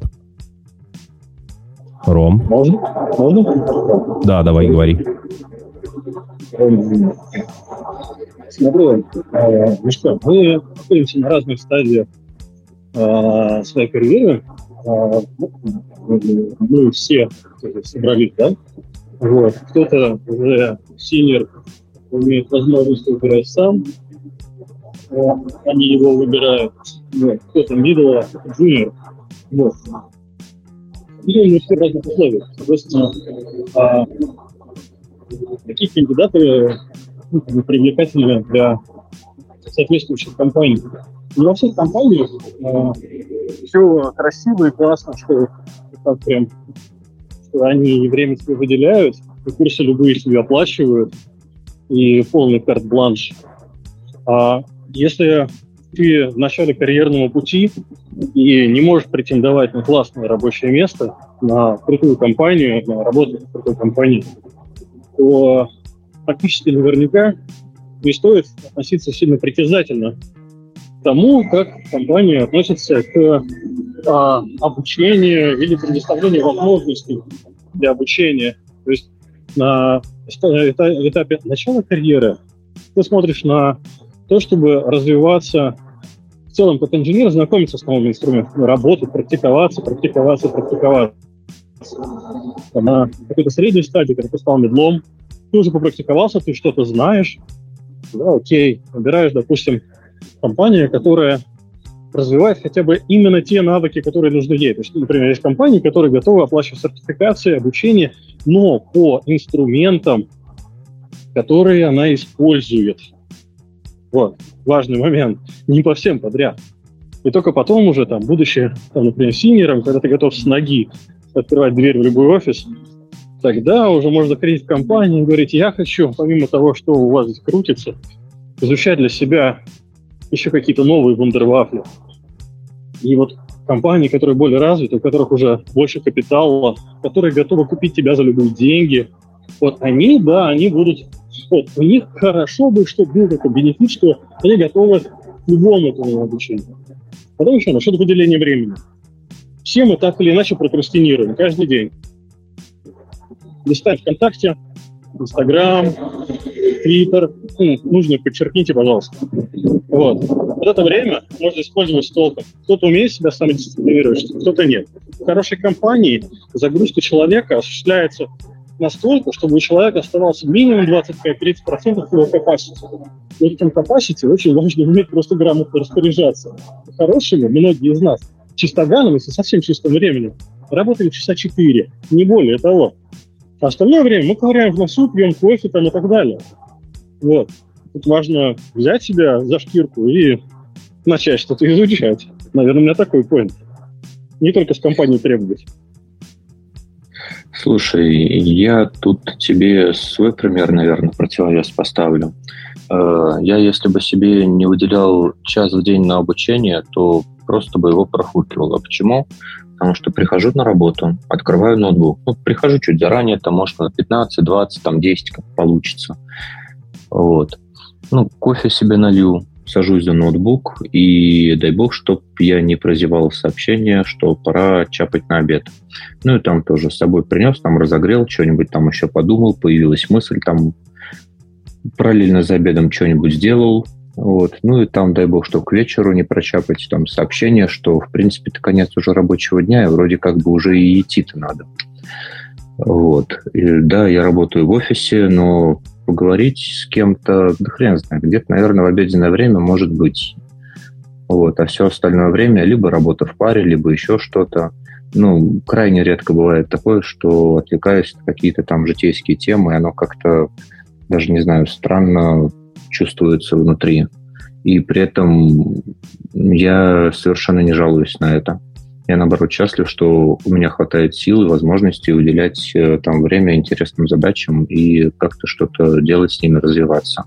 Ром? Можно? Можно? Да, давай, говори. Смотрю, э, ну что, мы находимся на разных стадиях э, своей карьеры. Э, мы все собрались, да? Вот. Кто-то уже синьор, имеет возможность выбирать сам, э, они его выбирают. Вот. Кто-то middle, кто-то junior. Вот. И мы все в разных условиях. Соответственно, э, такие кандидаты ну, привлекательны для соответствующих компаний. Не во всех компаниях э, все красиво и классно, что, так прям, что они время себе выделяют, и курсы любые себе оплачивают, и полный карт-бланш. А если ты в начале карьерного пути и не можешь претендовать на классное рабочее место, на крутую компанию, на работу в крутой компании, то практически наверняка не стоит относиться сильно притязательно к тому, как компания относится к а, обучению или предоставлению возможностей для обучения. То есть на этапе начала карьеры ты смотришь на то, чтобы развиваться в целом как инженер, знакомиться с новыми инструментами, работать, практиковаться, практиковаться, практиковаться. На какой-то средней стадии, когда ты стал медлом, ты уже попрактиковался, ты что-то знаешь, да, окей, выбираешь, допустим, компанию, которая развивает хотя бы именно те навыки, которые нужны ей. То есть, например, есть компании, которые готовы оплачивать сертификации, обучение, но по инструментам, которые она использует. Вот, важный момент. Не по всем подряд. И только потом уже, там, будучи, там, например, синьором, когда ты готов с ноги открывать дверь в любой офис, тогда уже можно заходить в компанию и говорить: я хочу, помимо того, что у вас здесь крутится, изучать для себя еще какие-то новые вундервафли. И вот компании, которые более развиты, у которых уже больше капитала, которые готовы купить тебя за любые деньги, вот они, да, они будут... Вот, у них хорошо бы, чтобы был такой бенефит, что они готовы к любому этому обучению. Потом еще насчет выделения времени. Все мы так или иначе прокрастинируем каждый день. Листаем ВКонтакте, Инстаграм, Твиттер. Ну, нужно подчеркните, пожалуйста. Вот. Вот это время можно использовать с толком. Кто-то умеет себя самодисциплинировать, кто-то нет. В хорошей компании загрузка человека осуществляется настолько, чтобы у человека оставался минимум двадцать пять - тридцать процентов его capacity. И этим capacity очень важно уметь просто грамотно распоряжаться. Хорошими многие из нас чистоганом, если совсем чистым временем, работали часа четыре, не более того. А остальное время мы ковыряем в носу, пьем кофе там и так далее. Вот. Тут важно взять себя за шкирку и начать что-то изучать. Наверное, у меня такой поинт. Не только с компанией требовать. Слушай, я тут тебе свой пример, наверное, противовес поставлю. Я, если бы себе не выделял час в день на обучение, то просто бы его прохукивал. А почему? Потому что прихожу на работу, открываю ноутбук. Ну, прихожу чуть заранее, там, может, на пятнадцать, двадцать, там, десять, как получится. Вот. Ну, кофе себе налью, сажусь за ноутбук, и дай бог, чтоб я не прозевал сообщение, что пора чапать на обед. Ну, и там тоже с собой принес, там разогрел, что-нибудь там еще подумал, появилась мысль, там параллельно за обедом что-нибудь сделал. Вот. Ну, и там, дай бог, что к вечеру не прочапать там сообщение, что, в принципе, это конец уже рабочего дня, и вроде как бы уже и идти-то надо. Вот. И, да, я работаю в офисе, но поговорить с кем-то, да хрен знает, где-то, наверное, в обеденное время может быть. Вот, а все остальное время либо работа в паре, либо еще что-то. Ну, крайне редко бывает такое, что отвлекаюсь на какие-то там житейские темы, и оно как-то, даже не знаю, странно чувствуется внутри. И при этом я совершенно не жалуюсь на это. Я, наоборот, счастлив, что у меня хватает сил и возможностей уделять там время интересным задачам и как-то что-то делать с ними, развиваться.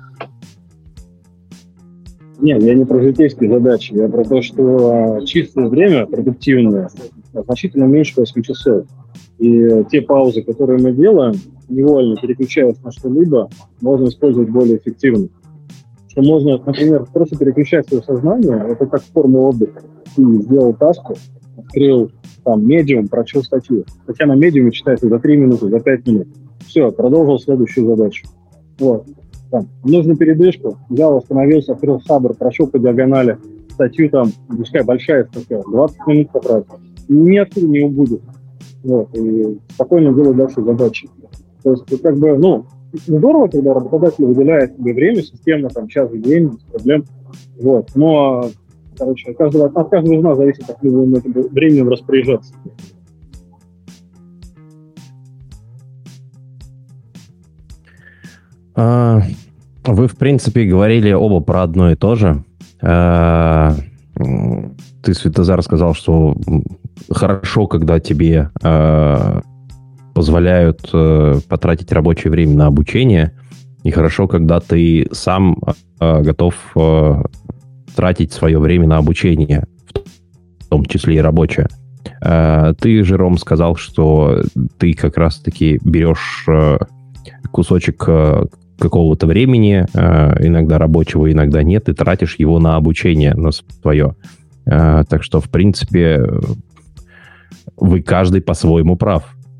Нет, я не про житейские задачи, я про то, что чистое время, продуктивное, значительно меньше восемь часов. И те паузы, которые мы делаем, невольно переключаясь на что-либо, можно использовать более эффективно. Что можно, например, просто переключать свое сознание, это как форма отдыха. Ты сделал таску, открыл там Medium, прочел статью. Статья на Medium читается за три минуты, за пять минут. Все, продолжил следующую задачу. Вот. Там, нужно передышку, взял, остановился, открыл Сабр, прошел по диагонали статью, там, пускай большая статья, двадцать минут потратил. Ни откуда не убудет. Вот, и спокойно делать дальше задачи. То есть, как бы, ну, здорово, когда работодатель выделяет себе время, системно, там, час в день, без проблем. Вот, но, короче, от каждого, от каждого из нас зависит, как мы будем этим временем распоряжаться. Вы, в принципе, говорили оба про одно и то же. Ты, Святозар, сказал, что хорошо, когда тебе позволяют потратить рабочее время на обучение, и хорошо, когда ты сам готов тратить свое время на обучение, в том числе и рабочее. Ты же, Ром, сказал, что ты как раз-таки берешь кусочек какого-то времени, иногда рабочего, иногда нет, и тратишь его на обучение, на свое. Так что, в принципе, вы каждый по-своему прав.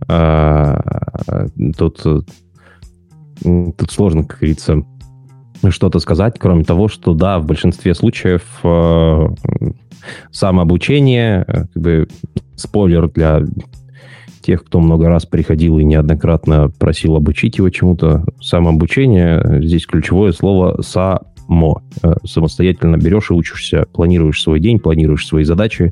Тут, тут сложно, как говорится, что-то сказать, кроме того, что да, в большинстве случаев самообучение, как бы, спойлер для тех, кто много раз приходил и неоднократно просил обучить его чему-то, самообучение, здесь ключевое слово «само». Самостоятельно берешь и учишься, планируешь свой день, планируешь свои задачи.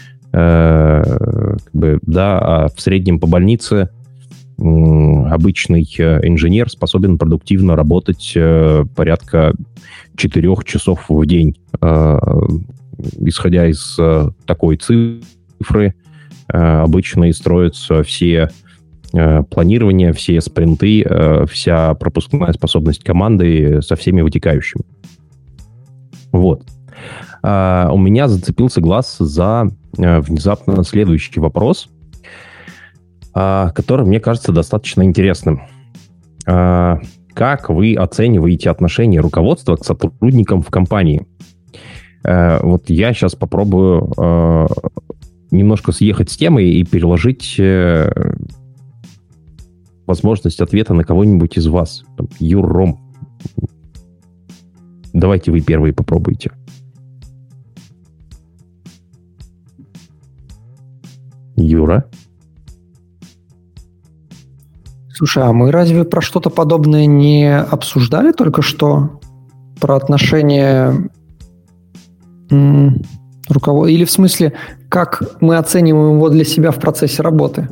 Как бы, да, а в среднем по больнице обычный инженер способен продуктивно работать порядка четырех часов в день. Исходя из такой цифры, обычно и строятся все планирования, все спринты, вся пропускная способность команды со всеми вытекающими. Вот. У меня зацепился глаз за внезапно следующий вопрос, который мне кажется достаточно интересным. Как вы оцениваете отношение руководства к сотрудникам в компании? Вот я сейчас попробую немножко съехать с темы и переложить возможность ответа на кого-нибудь из вас. Там, Юр, Ром. Давайте вы первые попробуйте. Юра? Слушай, а мы разве про что-то подобное не обсуждали только что? Про отношения м- руковод... Или в смысле, как мы оцениваем его для себя в процессе работы?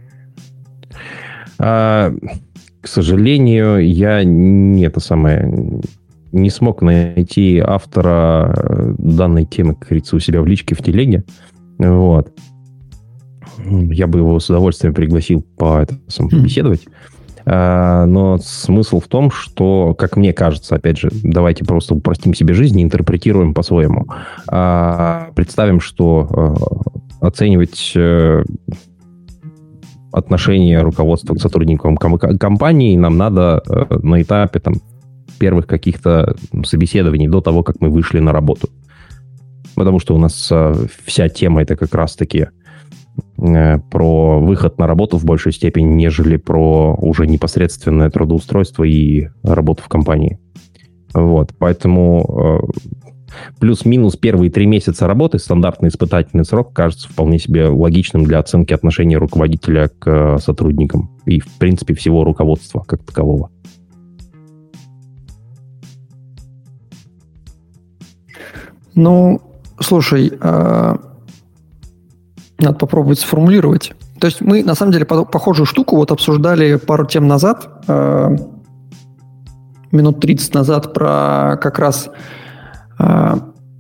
А, к сожалению, я не это самое... не смог найти автора данной темы, как говорится, у себя в личке в телеге. Вот. Я бы его с удовольствием пригласил по этому побеседовать. А, но смысл в том, что, как мне кажется, опять же, давайте просто упростим себе жизнь и интерпретируем по-своему. А, представим, что а, оценивать а, отношение руководства к сотрудникам ком- компании нам надо а, на этапе там, первых каких-то собеседований до того, как мы вышли на работу. Потому что у нас а, вся тема это как раз-таки про выход на работу в большей степени, нежели про уже непосредственное трудоустройство и работу в компании. Вот, поэтому плюс-минус первые три месяца работы, стандартный испытательный срок, кажется вполне себе логичным для оценки отношения руководителя к сотрудникам и, в принципе, всего руководства как такового. Ну, слушай, э, надо попробовать сформулировать. То есть мы, на самом деле, по- похожую штуку вот обсуждали пару тем назад, э, минут тридцать назад, про как раз э,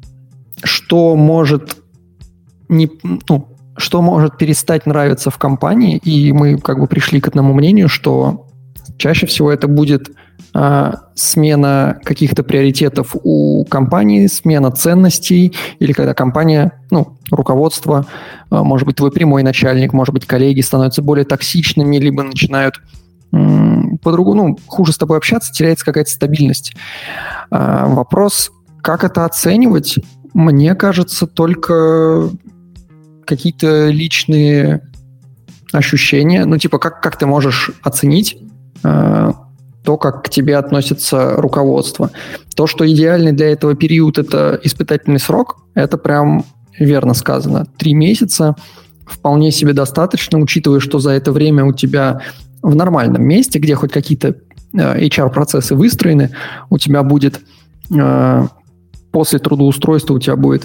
что может не, ну, что может перестать нравиться в компании, и мы как бы пришли к одному мнению, что чаще всего это будет э, смена каких-то приоритетов у компании, смена ценностей, или когда компания, ну, руководство, э, может быть, твой прямой начальник, может быть, коллеги становятся более токсичными, либо начинают м- по-другому, ну, хуже с тобой общаться, теряется какая-то стабильность. Э, вопрос, как это оценивать, мне кажется, только какие-то личные ощущения. Ну, типа, как, как ты можешь оценить э, то, как к тебе относится руководство. То, что идеальный для этого период – это испытательный срок, это прям верно сказано. Три месяца вполне себе достаточно, учитывая, что за это время у тебя в нормальном месте, где хоть какие-то э, эйч ар-процессы выстроены, у тебя будет э, после трудоустройства у тебя будет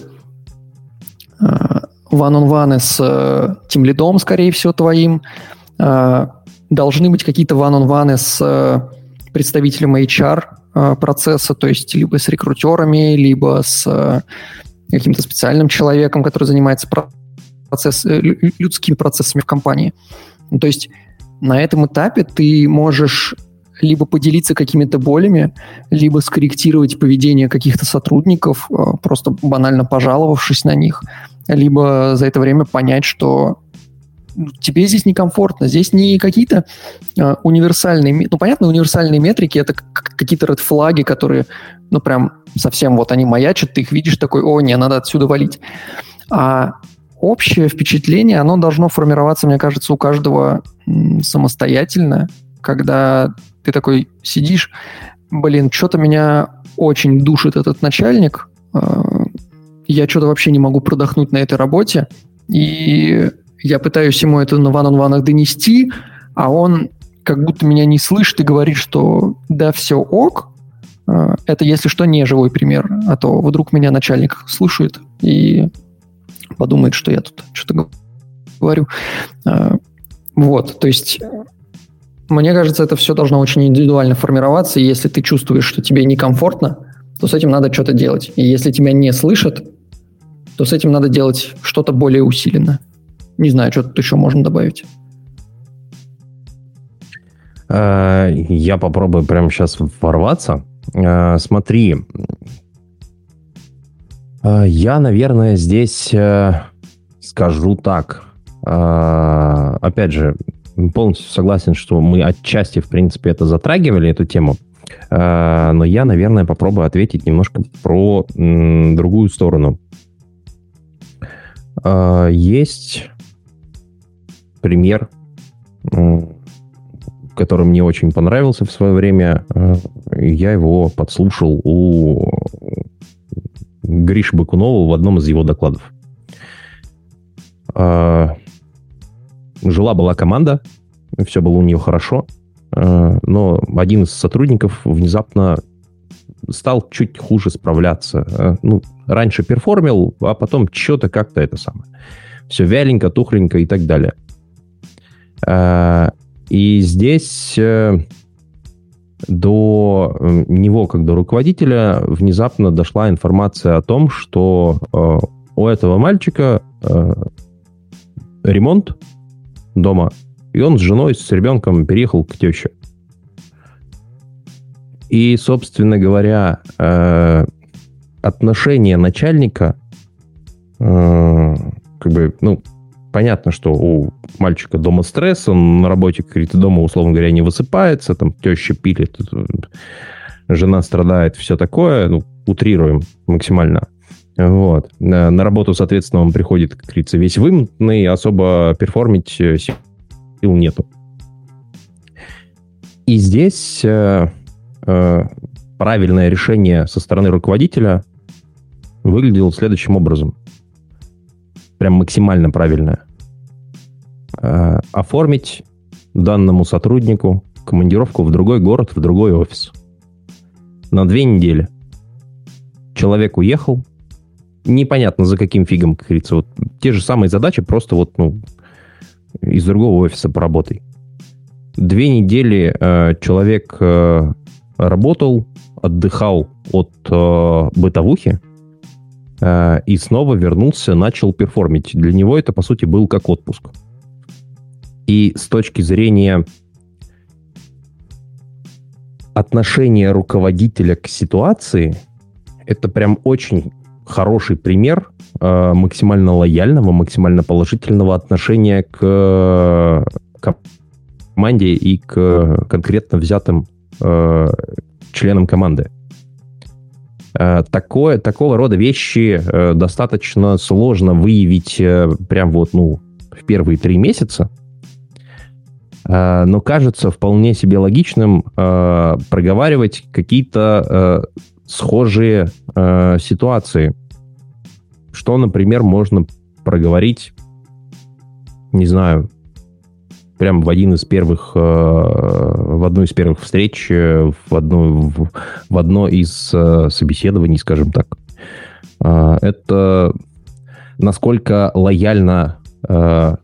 э, one-on-one с э, тимлидом, скорее всего, твоим. Э, должны быть какие-то one-on-one с э, представителем эйч ар-процесса, то есть либо с рекрутерами, либо с э, каким-то специальным человеком, который занимается процесс, э, людскими процессами в компании. Ну, то есть на этом этапе ты можешь либо поделиться какими-то болями, либо скорректировать поведение каких-то сотрудников, э, просто банально пожаловавшись на них, либо за это время понять, что тебе здесь некомфортно, здесь не какие-то э, универсальные, ну, понятно, универсальные метрики, это какие-то редфлаги, которые, ну, прям совсем вот они маячат, ты их видишь, такой, о, не, надо отсюда валить. А общее впечатление, оно должно формироваться, мне кажется, у каждого м, самостоятельно, когда ты такой сидишь, блин, что-то меня очень душит этот начальник, э, я что-то вообще не могу продохнуть на этой работе, и я пытаюсь ему это на ван-он-ванах донести, а он как будто меня не слышит и говорит, что да, все ок. Это, если что, не живой пример, а то вдруг меня начальник слушает и подумает, что я тут что-то говорю. Вот, то есть мне кажется, это все должно очень индивидуально формироваться, и если ты чувствуешь, что тебе некомфортно, то с этим надо что-то делать. И если тебя не слышат, то с этим надо делать что-то более усиленно. Не знаю, что тут еще можно добавить. Я попробую прямо сейчас ворваться. Смотри, я, наверное, здесь скажу так. Опять же, полностью согласен, что мы отчасти, в принципе, это затрагивали, эту тему. Но я, наверное, попробую ответить немножко про другую сторону. Есть пример, который мне очень понравился в свое время. Я его подслушал у Гриши Бакунова в одном из его докладов. Жила-была команда, все было у нее хорошо, но один из сотрудников внезапно стал чуть хуже справляться. Ну, раньше перформил, а потом что-то как-то это самое. Все вяленько, тухленько и так далее. И здесь до него, как до руководителя, внезапно дошла информация о том, что у этого мальчика ремонт дома, и он с женой, с ребенком переехал к теще. И, собственно говоря, отношение начальника, как бы, ну, понятно, что у мальчика дома стресс, он на работе, как говорит, дома, условно говоря, не высыпается, там теща пилит, жена страдает, все такое, ну, утрируем максимально. Вот. На работу, соответственно, он приходит, как говорится, весь вымытый, особо перформить сил нету. И здесь э, э, правильное решение со стороны руководителя выглядело следующим образом. Прям максимально правильное. Э, оформить данному сотруднику командировку в другой город, в другой офис. На две недели. Человек уехал, непонятно за каким фигом, как говорится. Вот те же самые задачи, просто вот, ну, из другого офиса поработай. Две недели э, человек э, работал, отдыхал от э, бытовухи э, и снова вернулся, начал перформить. Для него это, по сути, был как отпуск. И с точки зрения отношения руководителя к ситуации, это прям очень хороший пример э, максимально лояльного, максимально положительного отношения к, к команде и к конкретно взятым э, членам команды. Э, такое, такого рода вещи э, достаточно сложно выявить э, прям вот, ну, в первые три месяца, э, но кажется вполне себе логичным э, проговаривать какие-то э, схожие э, ситуации. Что, например, можно проговорить, не знаю, прямо в один из первых, э, в одну из первых встреч, э, в, одну, в, в одно из э, собеседований, скажем так. Э, это насколько лояльно э,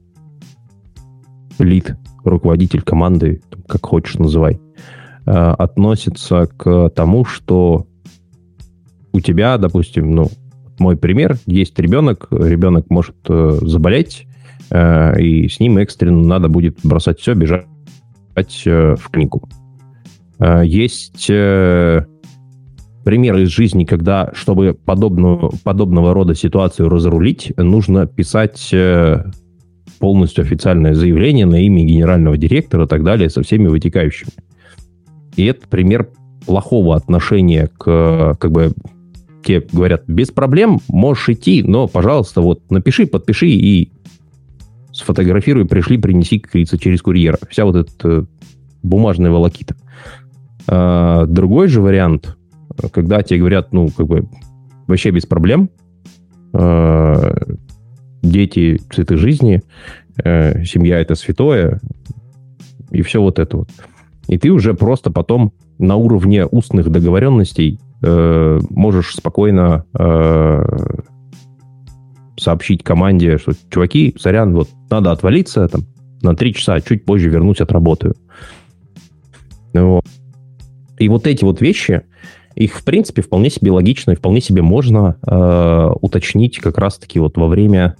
лид, руководитель команды, как хочешь называй, э, относится к тому, что у тебя, допустим, ну, мой пример, есть ребенок, ребенок может э, заболеть, и с ним экстренно надо будет бросать все, бежать в клинику. Есть примеры из жизни, когда, чтобы подобную, подобного рода ситуацию разрулить, нужно писать полностью официальное заявление на имя генерального директора и так далее, со всеми вытекающими. И это пример плохого отношения к, как бы, тебе говорят, без проблем, можешь идти, но, пожалуйста, вот напиши, подпиши и сфотографируй, пришли, принеси, как говорится, через курьера. Вся вот эта э, бумажная волокита. А, другой же вариант, когда тебе говорят, ну, как бы, вообще без проблем, а, дети — цветы жизни, а, семья — это святое, и все вот это вот. И ты уже просто потом на уровне устных договоренностей а, можешь спокойно а, сообщить команде, что, чуваки, сорян, вот надо отвалиться там на три часа, чуть позже вернусь, отработаю. Вот. И вот эти вот вещи, их, в принципе, вполне себе логично и вполне себе можно э, уточнить как раз-таки вот во время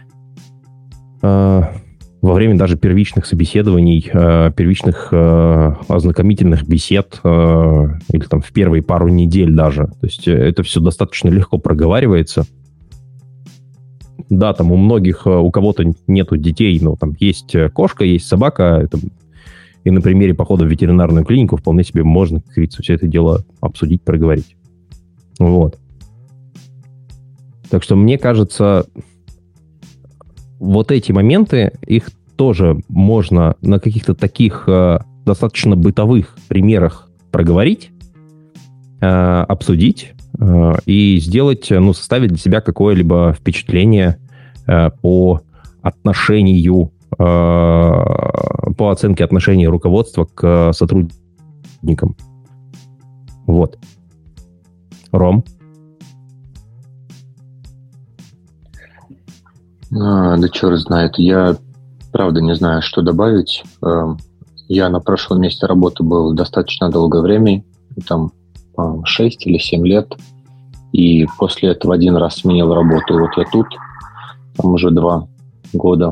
э, во время даже первичных собеседований, э, первичных э, ознакомительных бесед э, или там в первые пару недель даже. То есть это все достаточно легко проговаривается. Да, там у многих, у кого-то нету детей, но там есть кошка, есть собака, это, и на примере похода в ветеринарную клинику вполне себе можно, как говорится, все это дело обсудить, проговорить. Вот. Так что, мне кажется, вот эти моменты, их тоже можно на каких-то таких э, достаточно бытовых примерах проговорить, э, обсудить, и сделать, ну, составить для себя какое-либо впечатление э, по отношению, э, по оценке отношения руководства к сотрудникам. Вот. Ром? А, да черт знает. Я, правда, не знаю, что добавить. Я на прошлом месте работы был достаточно долгое время, там шесть или семь лет, и после этого один раз сменил работу. И вот я тут, там уже два года.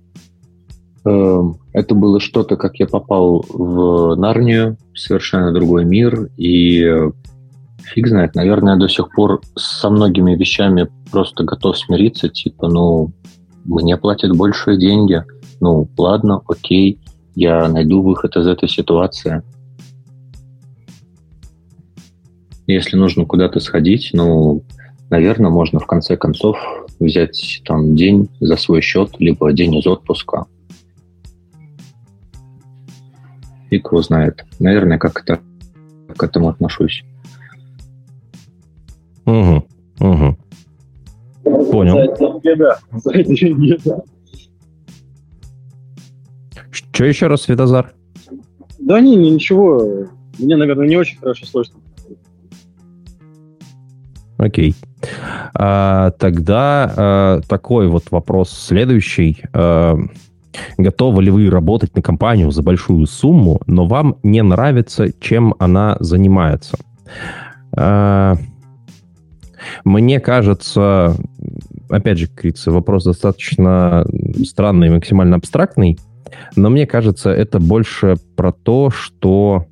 Это было что-то, как я попал в Нарнию, в совершенно другой мир, и фиг знает, наверное, я до сих пор со многими вещами просто готов смириться, типа, ну, мне платят большие деньги, ну, ладно, окей, я найду выход из этой ситуации. Если нужно куда-то сходить, ну, наверное, можно в конце концов взять там день за свой счет, либо день из отпуска. Фиг его знает. Наверное, как-то к этому отношусь. Угу, угу. Понял. За деньги, да. За деньги, да. Что еще раз, Светозар? Да не, ничего. Мне, наверное, не очень хорошо слышно. Окей. А, тогда а, такой вот вопрос следующий. А, готовы ли вы работать на компанию за большую сумму, но вам не нравится, чем она занимается? А, мне кажется, опять же, как говорится, вопрос достаточно странный и максимально абстрактный, но мне кажется, это больше про то, что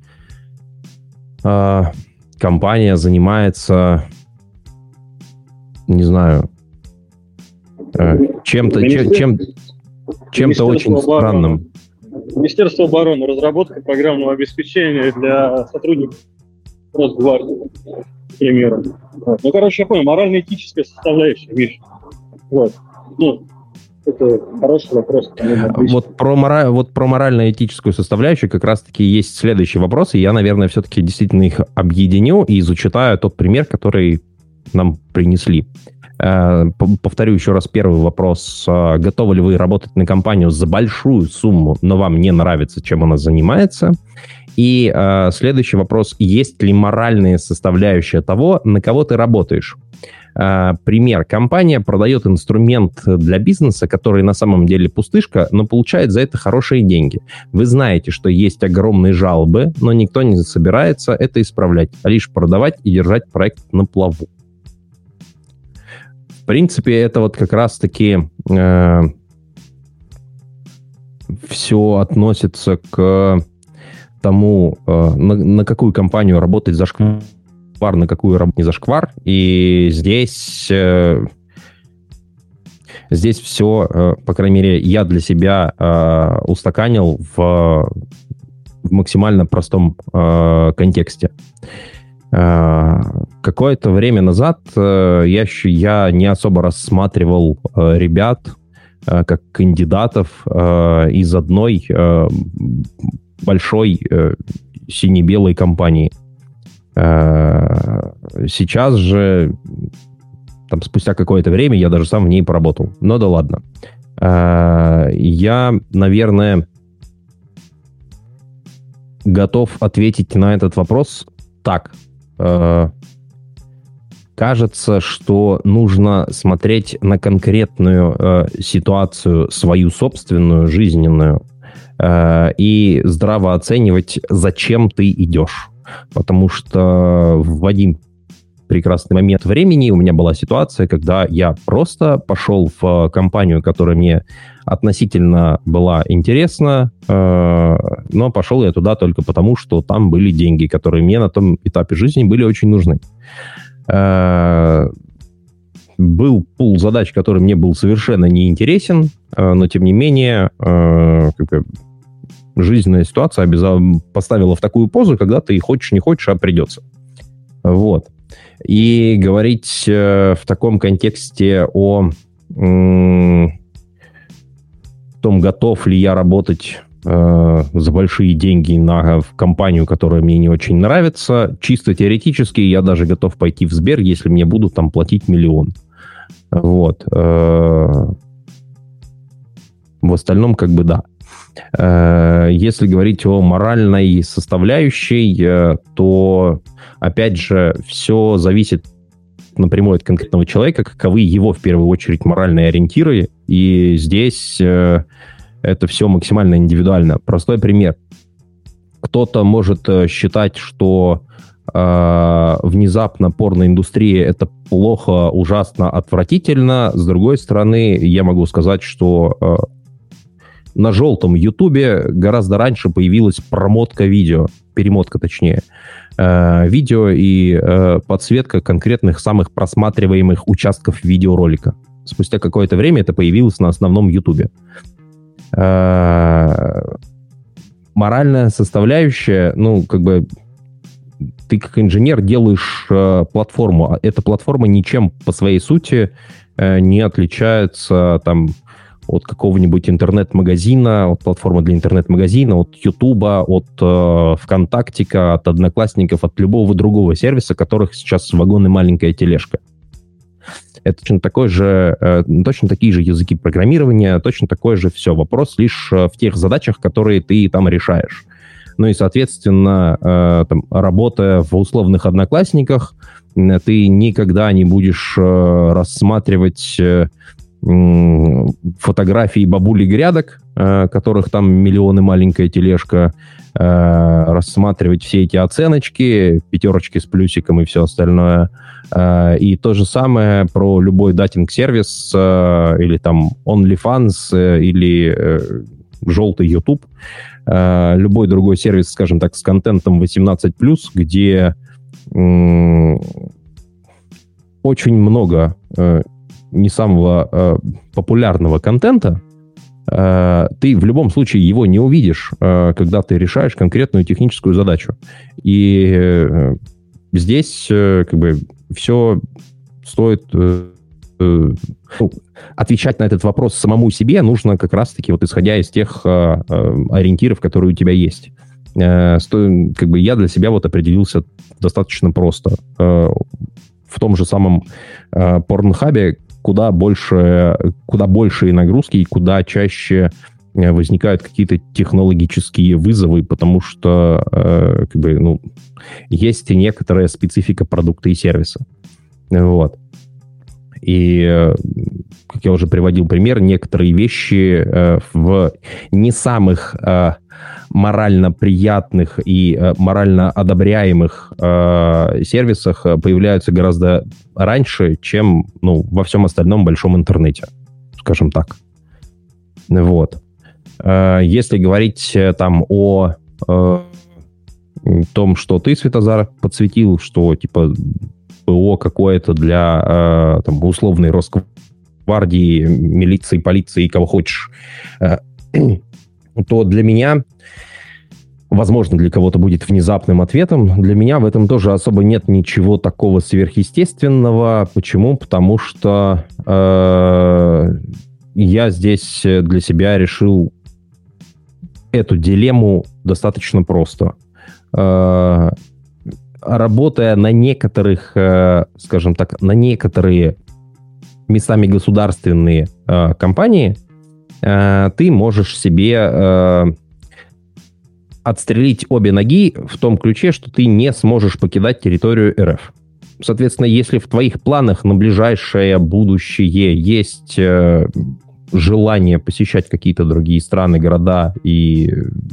а, компания занимается, не знаю, чем-то, чем, чем, чем-то очень странным. Министерство обороны, разработка программного обеспечения для сотрудников Росгвардии, к примеру. Вот. Ну, короче, я понял, морально-этическая составляющая, Миша. Вот. Ну, это хороший вопрос. Вот про, мора... вот про морально-этическую составляющую как раз-таки есть следующий вопрос, и я, наверное, все-таки действительно их объединю и зачитаю тот пример, который нам принесли. Повторю еще раз первый вопрос. Готовы ли вы работать на компанию за большую сумму, но вам не нравится, чем она занимается? И э, следующий вопрос. Есть ли моральная составляющая того, на кого ты работаешь? Э, пример. Компания продает инструмент для бизнеса, который на самом деле пустышка, но получает за это хорошие деньги. Вы знаете, что есть огромные жалобы, но никто не собирается это исправлять, а лишь продавать и держать проект на плаву. В принципе, это вот как раз-таки э, все относится к тому, э, на, на какую компанию работать зашквар, на какую работать не зашквар. И здесь, э, здесь все, э, по крайней мере, я для себя э, устаканил в, в максимально простом э, контексте. Какое-то время назад я, я не особо рассматривал ребят как кандидатов из одной большой сине-белой компании. Сейчас же, там, спустя какое-то время, я даже сам в ней поработал. Но да ладно. Я, наверное, готов ответить на этот вопрос так. Кажется, что нужно смотреть на конкретную э, ситуацию, свою собственную, жизненную, э, и здраво оценивать, зачем ты идешь. Потому что в один прекрасный момент времени у меня была ситуация, когда я просто пошел в компанию, которая мне относительно была интересна, э, но пошел я туда только потому, что там были деньги, которые мне на том этапе жизни были очень нужны. Э, был пул задач, который мне был совершенно неинтересен, э, но тем не менее э, как бы жизненная ситуация обяза- поставила в такую позу, когда ты хочешь, не хочешь, а придется. Вот. И говорить э, в таком контексте о э, том, готов ли я работать э, за большие деньги на, в компанию, которая мне не очень нравится, чисто теоретически я даже готов пойти в Сбер, если мне будут там платить миллион. Вот. Э, в остальном как бы да. Э, если говорить о моральной составляющей, э, то опять же, все зависит напрямую от конкретного человека, каковы его, в первую очередь, моральные ориентиры. И здесь э, это все максимально индивидуально. Простой пример. Кто-то может считать, что э, внезапно порноиндустрия — это плохо, ужасно, отвратительно. С другой стороны, я могу сказать, что э, на желтом Ютубе гораздо раньше появилась промотка видео, перемотка точнее, э, видео и э, подсветка конкретных самых просматриваемых участков видеоролика. Спустя какое-то время это появилось на основном Ютубе. Э, моральная составляющая, ну, как бы, ты как инженер делаешь э, платформу, а эта платформа ничем по своей сути э, не отличается там от какого-нибудь интернет-магазина, от платформы для интернет-магазина, от Ютуба, от э, ВКонтактика, от Одноклассников, от любого другого сервиса, которых сейчас вагон и маленькая тележка. Это точно такой же, э, точно такие же языки программирования, точно такое же все. Вопрос лишь в тех задачах, которые ты там решаешь. Ну и, соответственно, э, там, работая в условных одноклассниках, ты никогда не будешь э, рассматривать э, э, фотографии бабули грядок, э, которых там миллионы, маленькая тележка, э, рассматривать все эти оценочки, пятерочки с плюсиком и все остальное. Э, и то же самое про любой датинг-сервис э, или там OnlyFans э, или э, желтый YouTube. Э, любой другой сервис, скажем так, с контентом восемнадцать плюс, где очень много э, не самого э, популярного контента, э, ты в любом случае его не увидишь, э, когда ты решаешь конкретную техническую задачу. И э, здесь э, как бы все стоит... Э, э, ну, отвечать на этот вопрос самому себе нужно как раз-таки вот исходя из тех э, э, ориентиров, которые у тебя есть. Как бы я для себя вот определился достаточно просто. В том же самом Порнхабе куда больше, куда большие нагрузки и куда чаще возникают какие-то технологические вызовы, потому что как бы, ну, есть некоторая специфика продукта и сервиса. Вот. И, как я уже приводил пример, некоторые вещи в не самых морально приятных и э, морально одобряемых э, сервисах появляются гораздо раньше, чем ну, во всем остальном большом интернете, скажем так. Вот. Э, если говорить э, там о э, том, что ты, Светозар, подсветил, что типа ПО какое-то для э, там, условной Росгвардии, милиции, полиции, кого хочешь, э, то для меня, возможно, для кого-то будет внезапным ответом, для меня в этом тоже особо нет ничего такого сверхъестественного. Почему? Потому что э, я здесь для себя решил эту дилемму достаточно просто. Э, работая на некоторых, э, скажем так, на некоторые местами государственные э, компании, ты можешь себе э, отстрелить обе ноги в том ключе, что ты не сможешь покидать территорию РФ. Соответственно, если в твоих планах на ближайшее будущее есть э, желание посещать какие-то другие страны, города и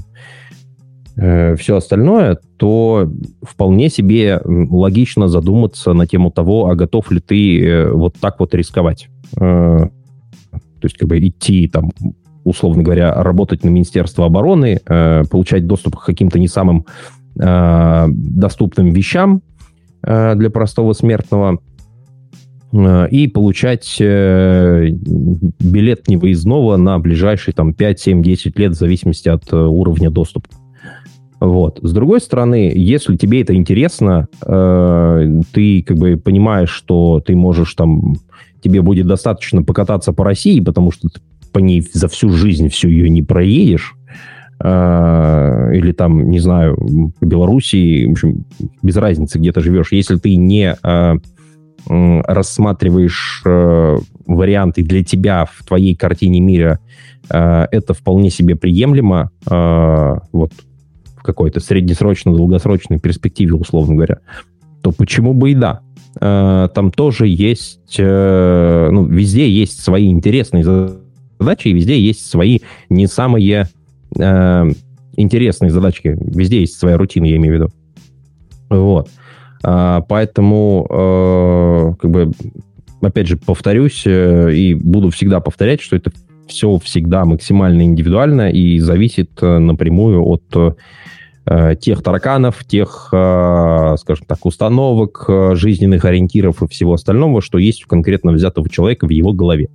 э, все остальное, то вполне себе логично задуматься на тему того, а готов ли ты э, вот так вот рисковать. Э, То есть, как бы идти, там, условно говоря, работать на Министерство обороны, э, получать доступ к каким-то не самым э, доступным вещам э, для простого смертного э, и получать э, билет невыездного на ближайшие там, пять, семь, десять лет в зависимости от э, уровня доступа. Вот. С другой стороны, если тебе это интересно, э, ты как бы понимаешь, что ты можешь там... тебе будет достаточно покататься по России, потому что ты по ней за всю жизнь всю ее не проедешь, э, или там, не знаю, по Белоруссии, в общем, без разницы, где ты живешь. Если ты не э, э, рассматриваешь э, варианты для тебя в твоей картине мира, э, это вполне себе приемлемо, э, вот в какой-то среднесрочно-долгосрочной перспективе, условно говоря, то почему бы и да? Там тоже есть, ну, везде есть свои интересные задачи, и везде есть свои не самые э, интересные задачки. Везде есть своя рутина, я имею в виду. Вот. А, поэтому, э, как бы, опять же, повторюсь э, и буду всегда повторять, что это все всегда максимально индивидуально и зависит э, напрямую от э, тех тараканов, тех, э, скажем так, установок, э, жизненных ориентиров и всего остального, что есть у конкретно взятого человека в его голове.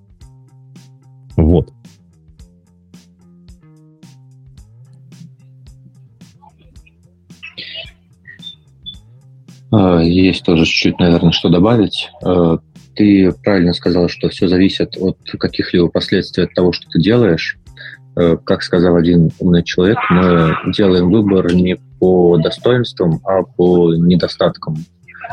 Вот. Есть тоже чуть-чуть, наверное, что добавить. Ты правильно сказал, что все зависит от каких-либо последствий от того, что ты делаешь. Как сказал один умный человек, мы делаем выбор не по достоинствам, а по недостаткам.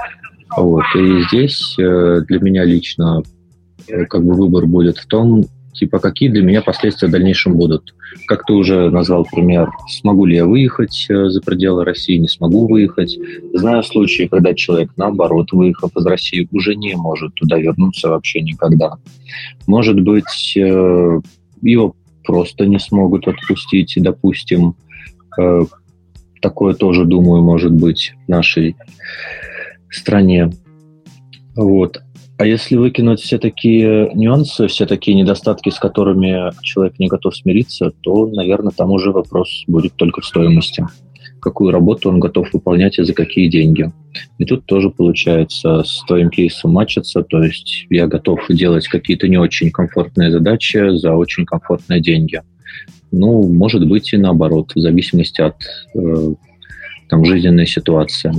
Вот. И здесь для меня лично как бы выбор будет в том, типа, какие для меня последствия в дальнейшем будут. Как ты уже назвал пример, смогу ли я выехать за пределы России, не смогу выехать. Знаю случаи, когда человек, наоборот, выехав из России, уже не может туда вернуться вообще никогда. Может быть, его просто не смогут отпустить, допустим. Такое тоже, думаю, может быть в нашей стране. Вот. А если выкинуть все такие нюансы, все такие недостатки, с которыми человек не готов смириться, то, наверное, там уже вопрос будет только в стоимости. Какую работу он готов выполнять и за какие деньги. И тут тоже получается с твоим кейсом матчиться, то есть я готов делать какие-то не очень комфортные задачи за очень комфортные деньги. Ну, может быть и наоборот, в зависимости от э, там, жизненной ситуации.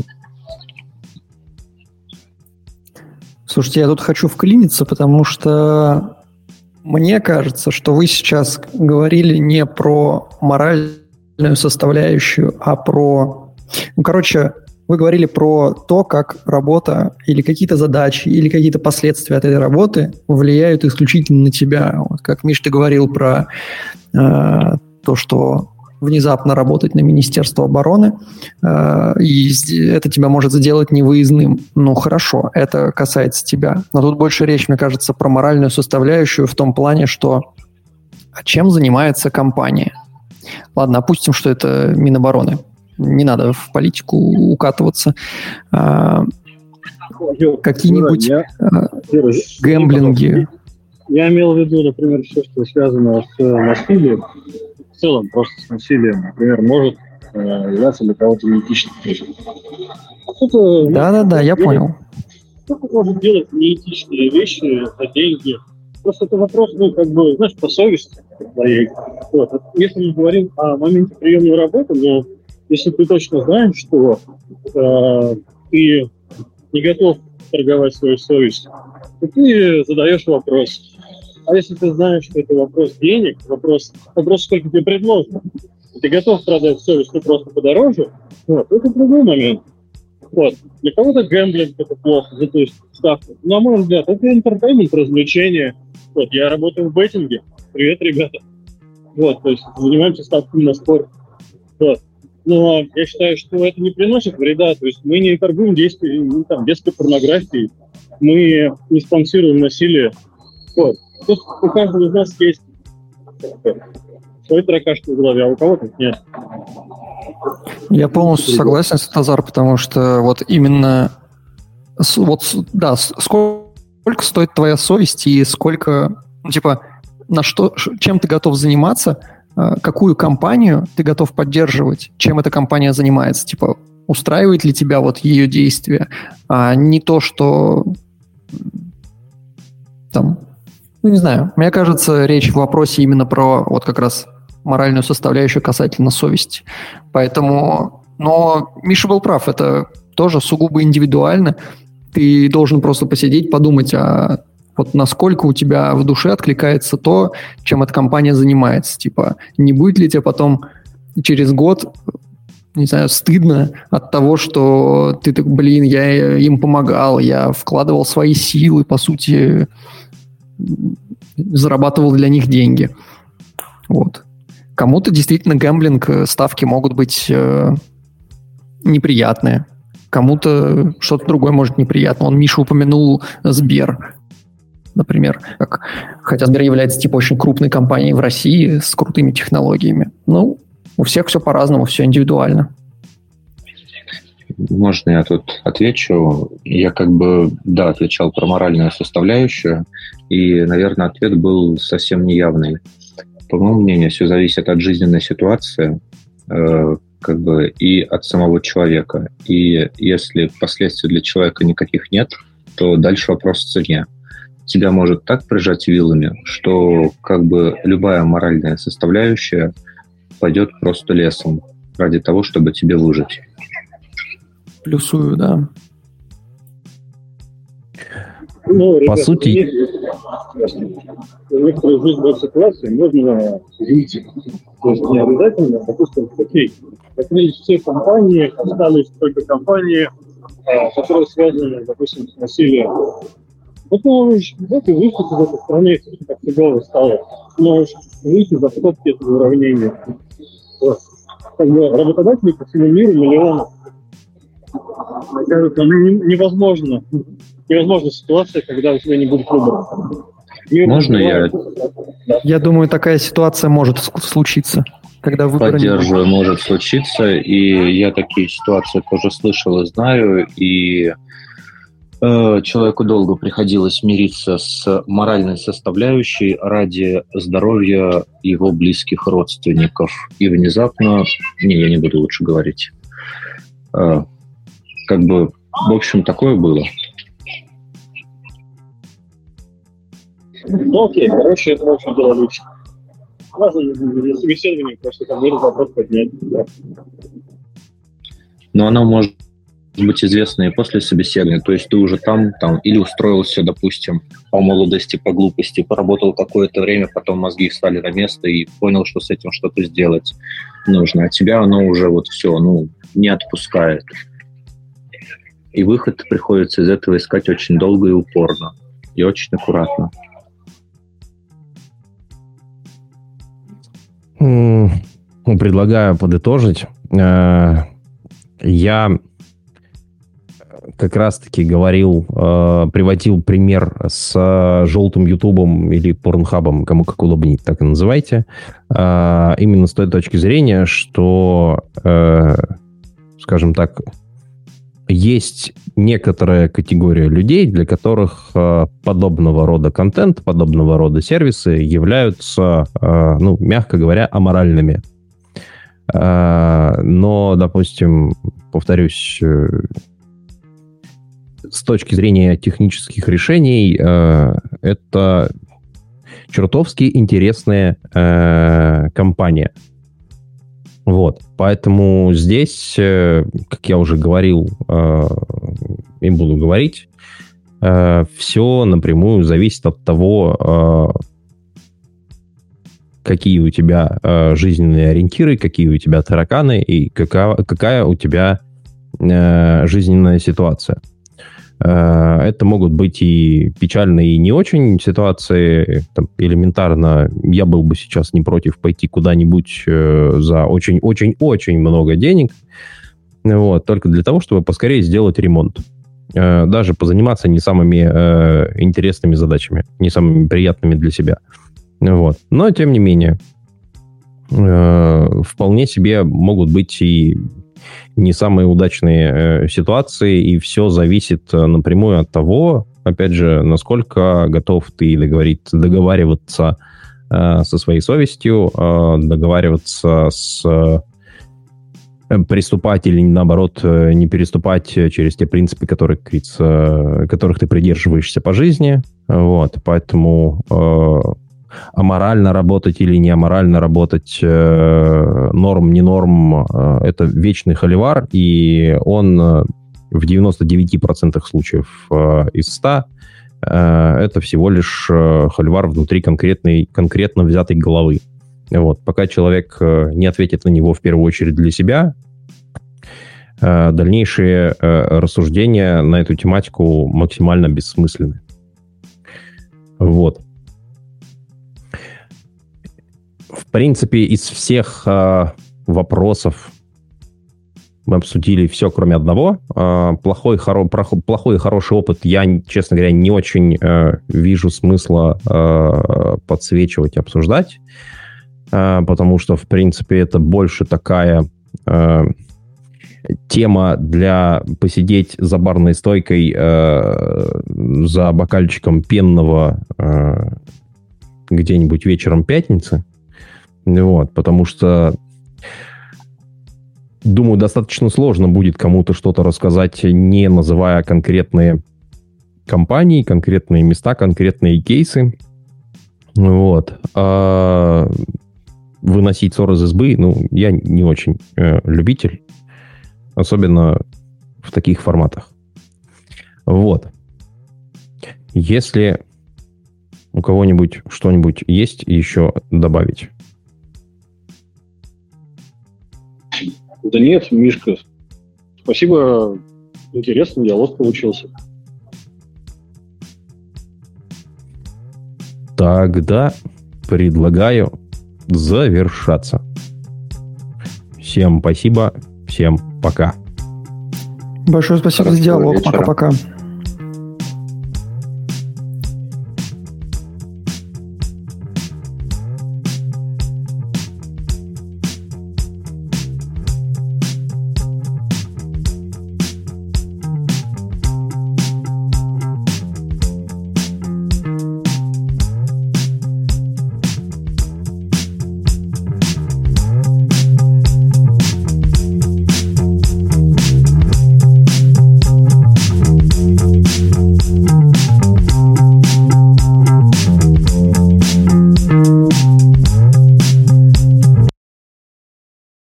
Слушайте, я тут хочу вклиниться, потому что мне кажется, что вы сейчас говорили не про моральную составляющую, а про... Ну, короче, вы говорили про то, как работа или какие-то задачи, или какие-то последствия от этой работы влияют исключительно на тебя. Вот как, Миш, ты говорил про э, то, что внезапно работать на Министерство обороны, э, и это тебя может сделать невыездным. Ну, хорошо, это касается тебя. Но тут больше речь, мне кажется, про моральную составляющую в том плане, что а чем занимается компания? Ладно, опустим, что это Минобороны. Не надо в политику укатываться. А, какие-нибудь я, а, гэмблинги. Я имел в виду, например, все, что связано с насилием. В целом, просто с насилием, например, может э, являться для кого-то неэтичным. Да-да-да, я понял. Кто-то может делать неэтичные вещи за деньги. Просто это вопрос, ну, как бы, знаешь, по совести твоей. Вот. Если мы говорим о моменте приемной работы, но если ты точно знаешь, что э, ты не готов торговать свою совесть, то ты задаешь вопрос. А если ты знаешь, что это вопрос денег, вопрос, вопрос сколько тебе предложено, ты готов продать совесть, ну, просто подороже, вот, это другой момент. Вот. Для кого-то гэмблинг это плохо, ну, то есть ставка. На мой взгляд, это интертеймент, развлечение. Вот, я работаю в беттинге. Привет, ребята. Вот, то есть занимаемся ставками на спорт. Вот. Но я считаю, что это не приносит вреда. То есть мы не торгуем действием, ну, там, детской порнографией, мы не спонсируем насилие. Вот. Тут у каждого из нас есть свои таракашки в голове, а у кого-то нет. Я полностью согласен с Назар, потому что вот именно вот, да, сколько стоит твоя совесть и сколько, ну, типа, на что, чем ты готов заниматься, какую компанию ты готов поддерживать, чем эта компания занимается, типа, устраивает ли тебя вот ее действия, а не то, что там, ну, не знаю, мне кажется, речь в вопросе именно про вот как раз моральную составляющую касательно совести. Поэтому, но Миша был прав, это тоже сугубо индивидуально. Ты должен просто посидеть, подумать, а вот насколько у тебя в душе откликается то, чем эта компания занимается. Типа, не будет ли тебе потом через год, не знаю, стыдно от того, что ты так, блин, я им помогал, я вкладывал свои силы, по сути, зарабатывал для них деньги. Вот. Кому-то действительно гэмблинг, ставки могут быть э, неприятные. Кому-то что-то другое может неприятно. Он, Миша, упомянул Сбер, например. Как, хотя Сбер является типа очень крупной компанией в России с крутыми технологиями. Ну, у всех все по-разному, все индивидуально. Можно я тут отвечу? Я как бы, да, отвечал про моральную составляющую, и, наверное, ответ был совсем неявный. По моему мнению, все зависит от жизненной ситуации, э, как бы, и от самого человека. И если последствий для человека никаких нет, то дальше вопрос в цене. Тебя может так прижать вилами, что как бы любая моральная составляющая пойдет просто лесом ради того, чтобы тебе выжить. Плюсую, да. Ну, По ребята, сути... В некоторых жизненных ситуациях можно изменить. То есть не обязательно, допустим, окей, закрылись все компании, остались только компании, которые связаны, допустим, с насилием. Вот можешь, вот и выход из этой страны, как фигово стало. Можешь выйти за скобки этого уравнения. Вот. Как бы работодатели по всему миру миллионы. Мне кажется, невозможно. Невозможна ситуация, когда у тебя не будет выбора. Мир Можно я... Я думаю, такая ситуация может случиться. Когда выбора Поддерживаю, не может случиться. И я такие ситуации тоже слышал и знаю. И э, человеку долго приходилось мириться с моральной составляющей ради здоровья его близких родственников. И внезапно... Не, я не буду лучше говорить. Э, как бы, в общем, такое было. Ну окей, короче, это очень дело лучше. Важно для собеседования просто там этот вопрос поднять. Да. Но оно может быть известно и после собеседования. То есть ты уже там, там или устроился, допустим, по молодости, по глупости, поработал какое-то время, потом мозги встали на место и понял, что с этим что-то сделать нужно. А тебя оно уже вот все, ну, не отпускает. И выход приходится из этого искать очень долго и упорно. И очень аккуратно. Предлагаю подытожить. Я как раз-таки говорил, приводил пример с желтым Ютубом или Порнхабом, кому как удобнее, так и называйте. Именно с той точки зрения, что, скажем так, есть некоторая категория людей, для которых э, подобного рода контент, подобного рода сервисы являются, э, ну, мягко говоря, аморальными. Э, но, допустим, повторюсь, э, с точки зрения технических решений, э, это чертовски интересная э, компания. Вот, поэтому здесь, как я уже говорил и буду говорить, все напрямую зависит от того, какие у тебя жизненные ориентиры, какие у тебя тараканы и какая, какая у тебя жизненная ситуация. Это могут быть и печальные, и не очень ситуации. Там, элементарно, я был бы сейчас не против пойти куда-нибудь за очень-очень-очень много денег, вот, только для того, чтобы поскорее сделать ремонт. Даже позаниматься не самыми интересными задачами, не самыми приятными для себя. Вот. Но, тем не менее, вполне себе могут быть и не самые удачные э, ситуации, и все зависит напрямую от того, опять же, насколько готов ты договорить, договариваться э, со своей совестью, э, договариваться с э, приступать или, наоборот, э, не переступать через те принципы, которые, как говорится, которых ты придерживаешься по жизни. Вот, поэтому... Э, аморально работать или не аморально работать, э, норм, не норм, э, это вечный холивар, и он э, в девяноста девяти процентах случаев э, из ста э, это всего лишь э, холивар внутри конкретной, конкретно взятой головы. Вот. Пока человек э, не ответит на него в первую очередь для себя, э, дальнейшие э, рассуждения на эту тематику максимально бессмысленны. Вот. В принципе, из всех э, вопросов мы обсудили все, кроме одного. Э, плохой, хоро, плохой и хороший опыт я, честно говоря, не очень э, вижу смысла э, подсвечивать, обсуждать, э, потому что, в принципе, это больше такая э, тема для посидеть за барной стойкой э, за бокальчиком пенного э, где-нибудь вечером пятницы. Вот, потому что, думаю, достаточно сложно будет кому-то что-то рассказать, не называя конкретные компании, конкретные места, конкретные кейсы. Вот. А выносить ссор из избы, ну, я не очень э, любитель, особенно в таких форматах. Вот. Если у кого-нибудь что-нибудь есть еще добавить? Да нет, Мишка, спасибо, интересный диалог получился. Тогда предлагаю завершаться. Всем спасибо, всем пока. Большое спасибо за диалог. Пока-пока.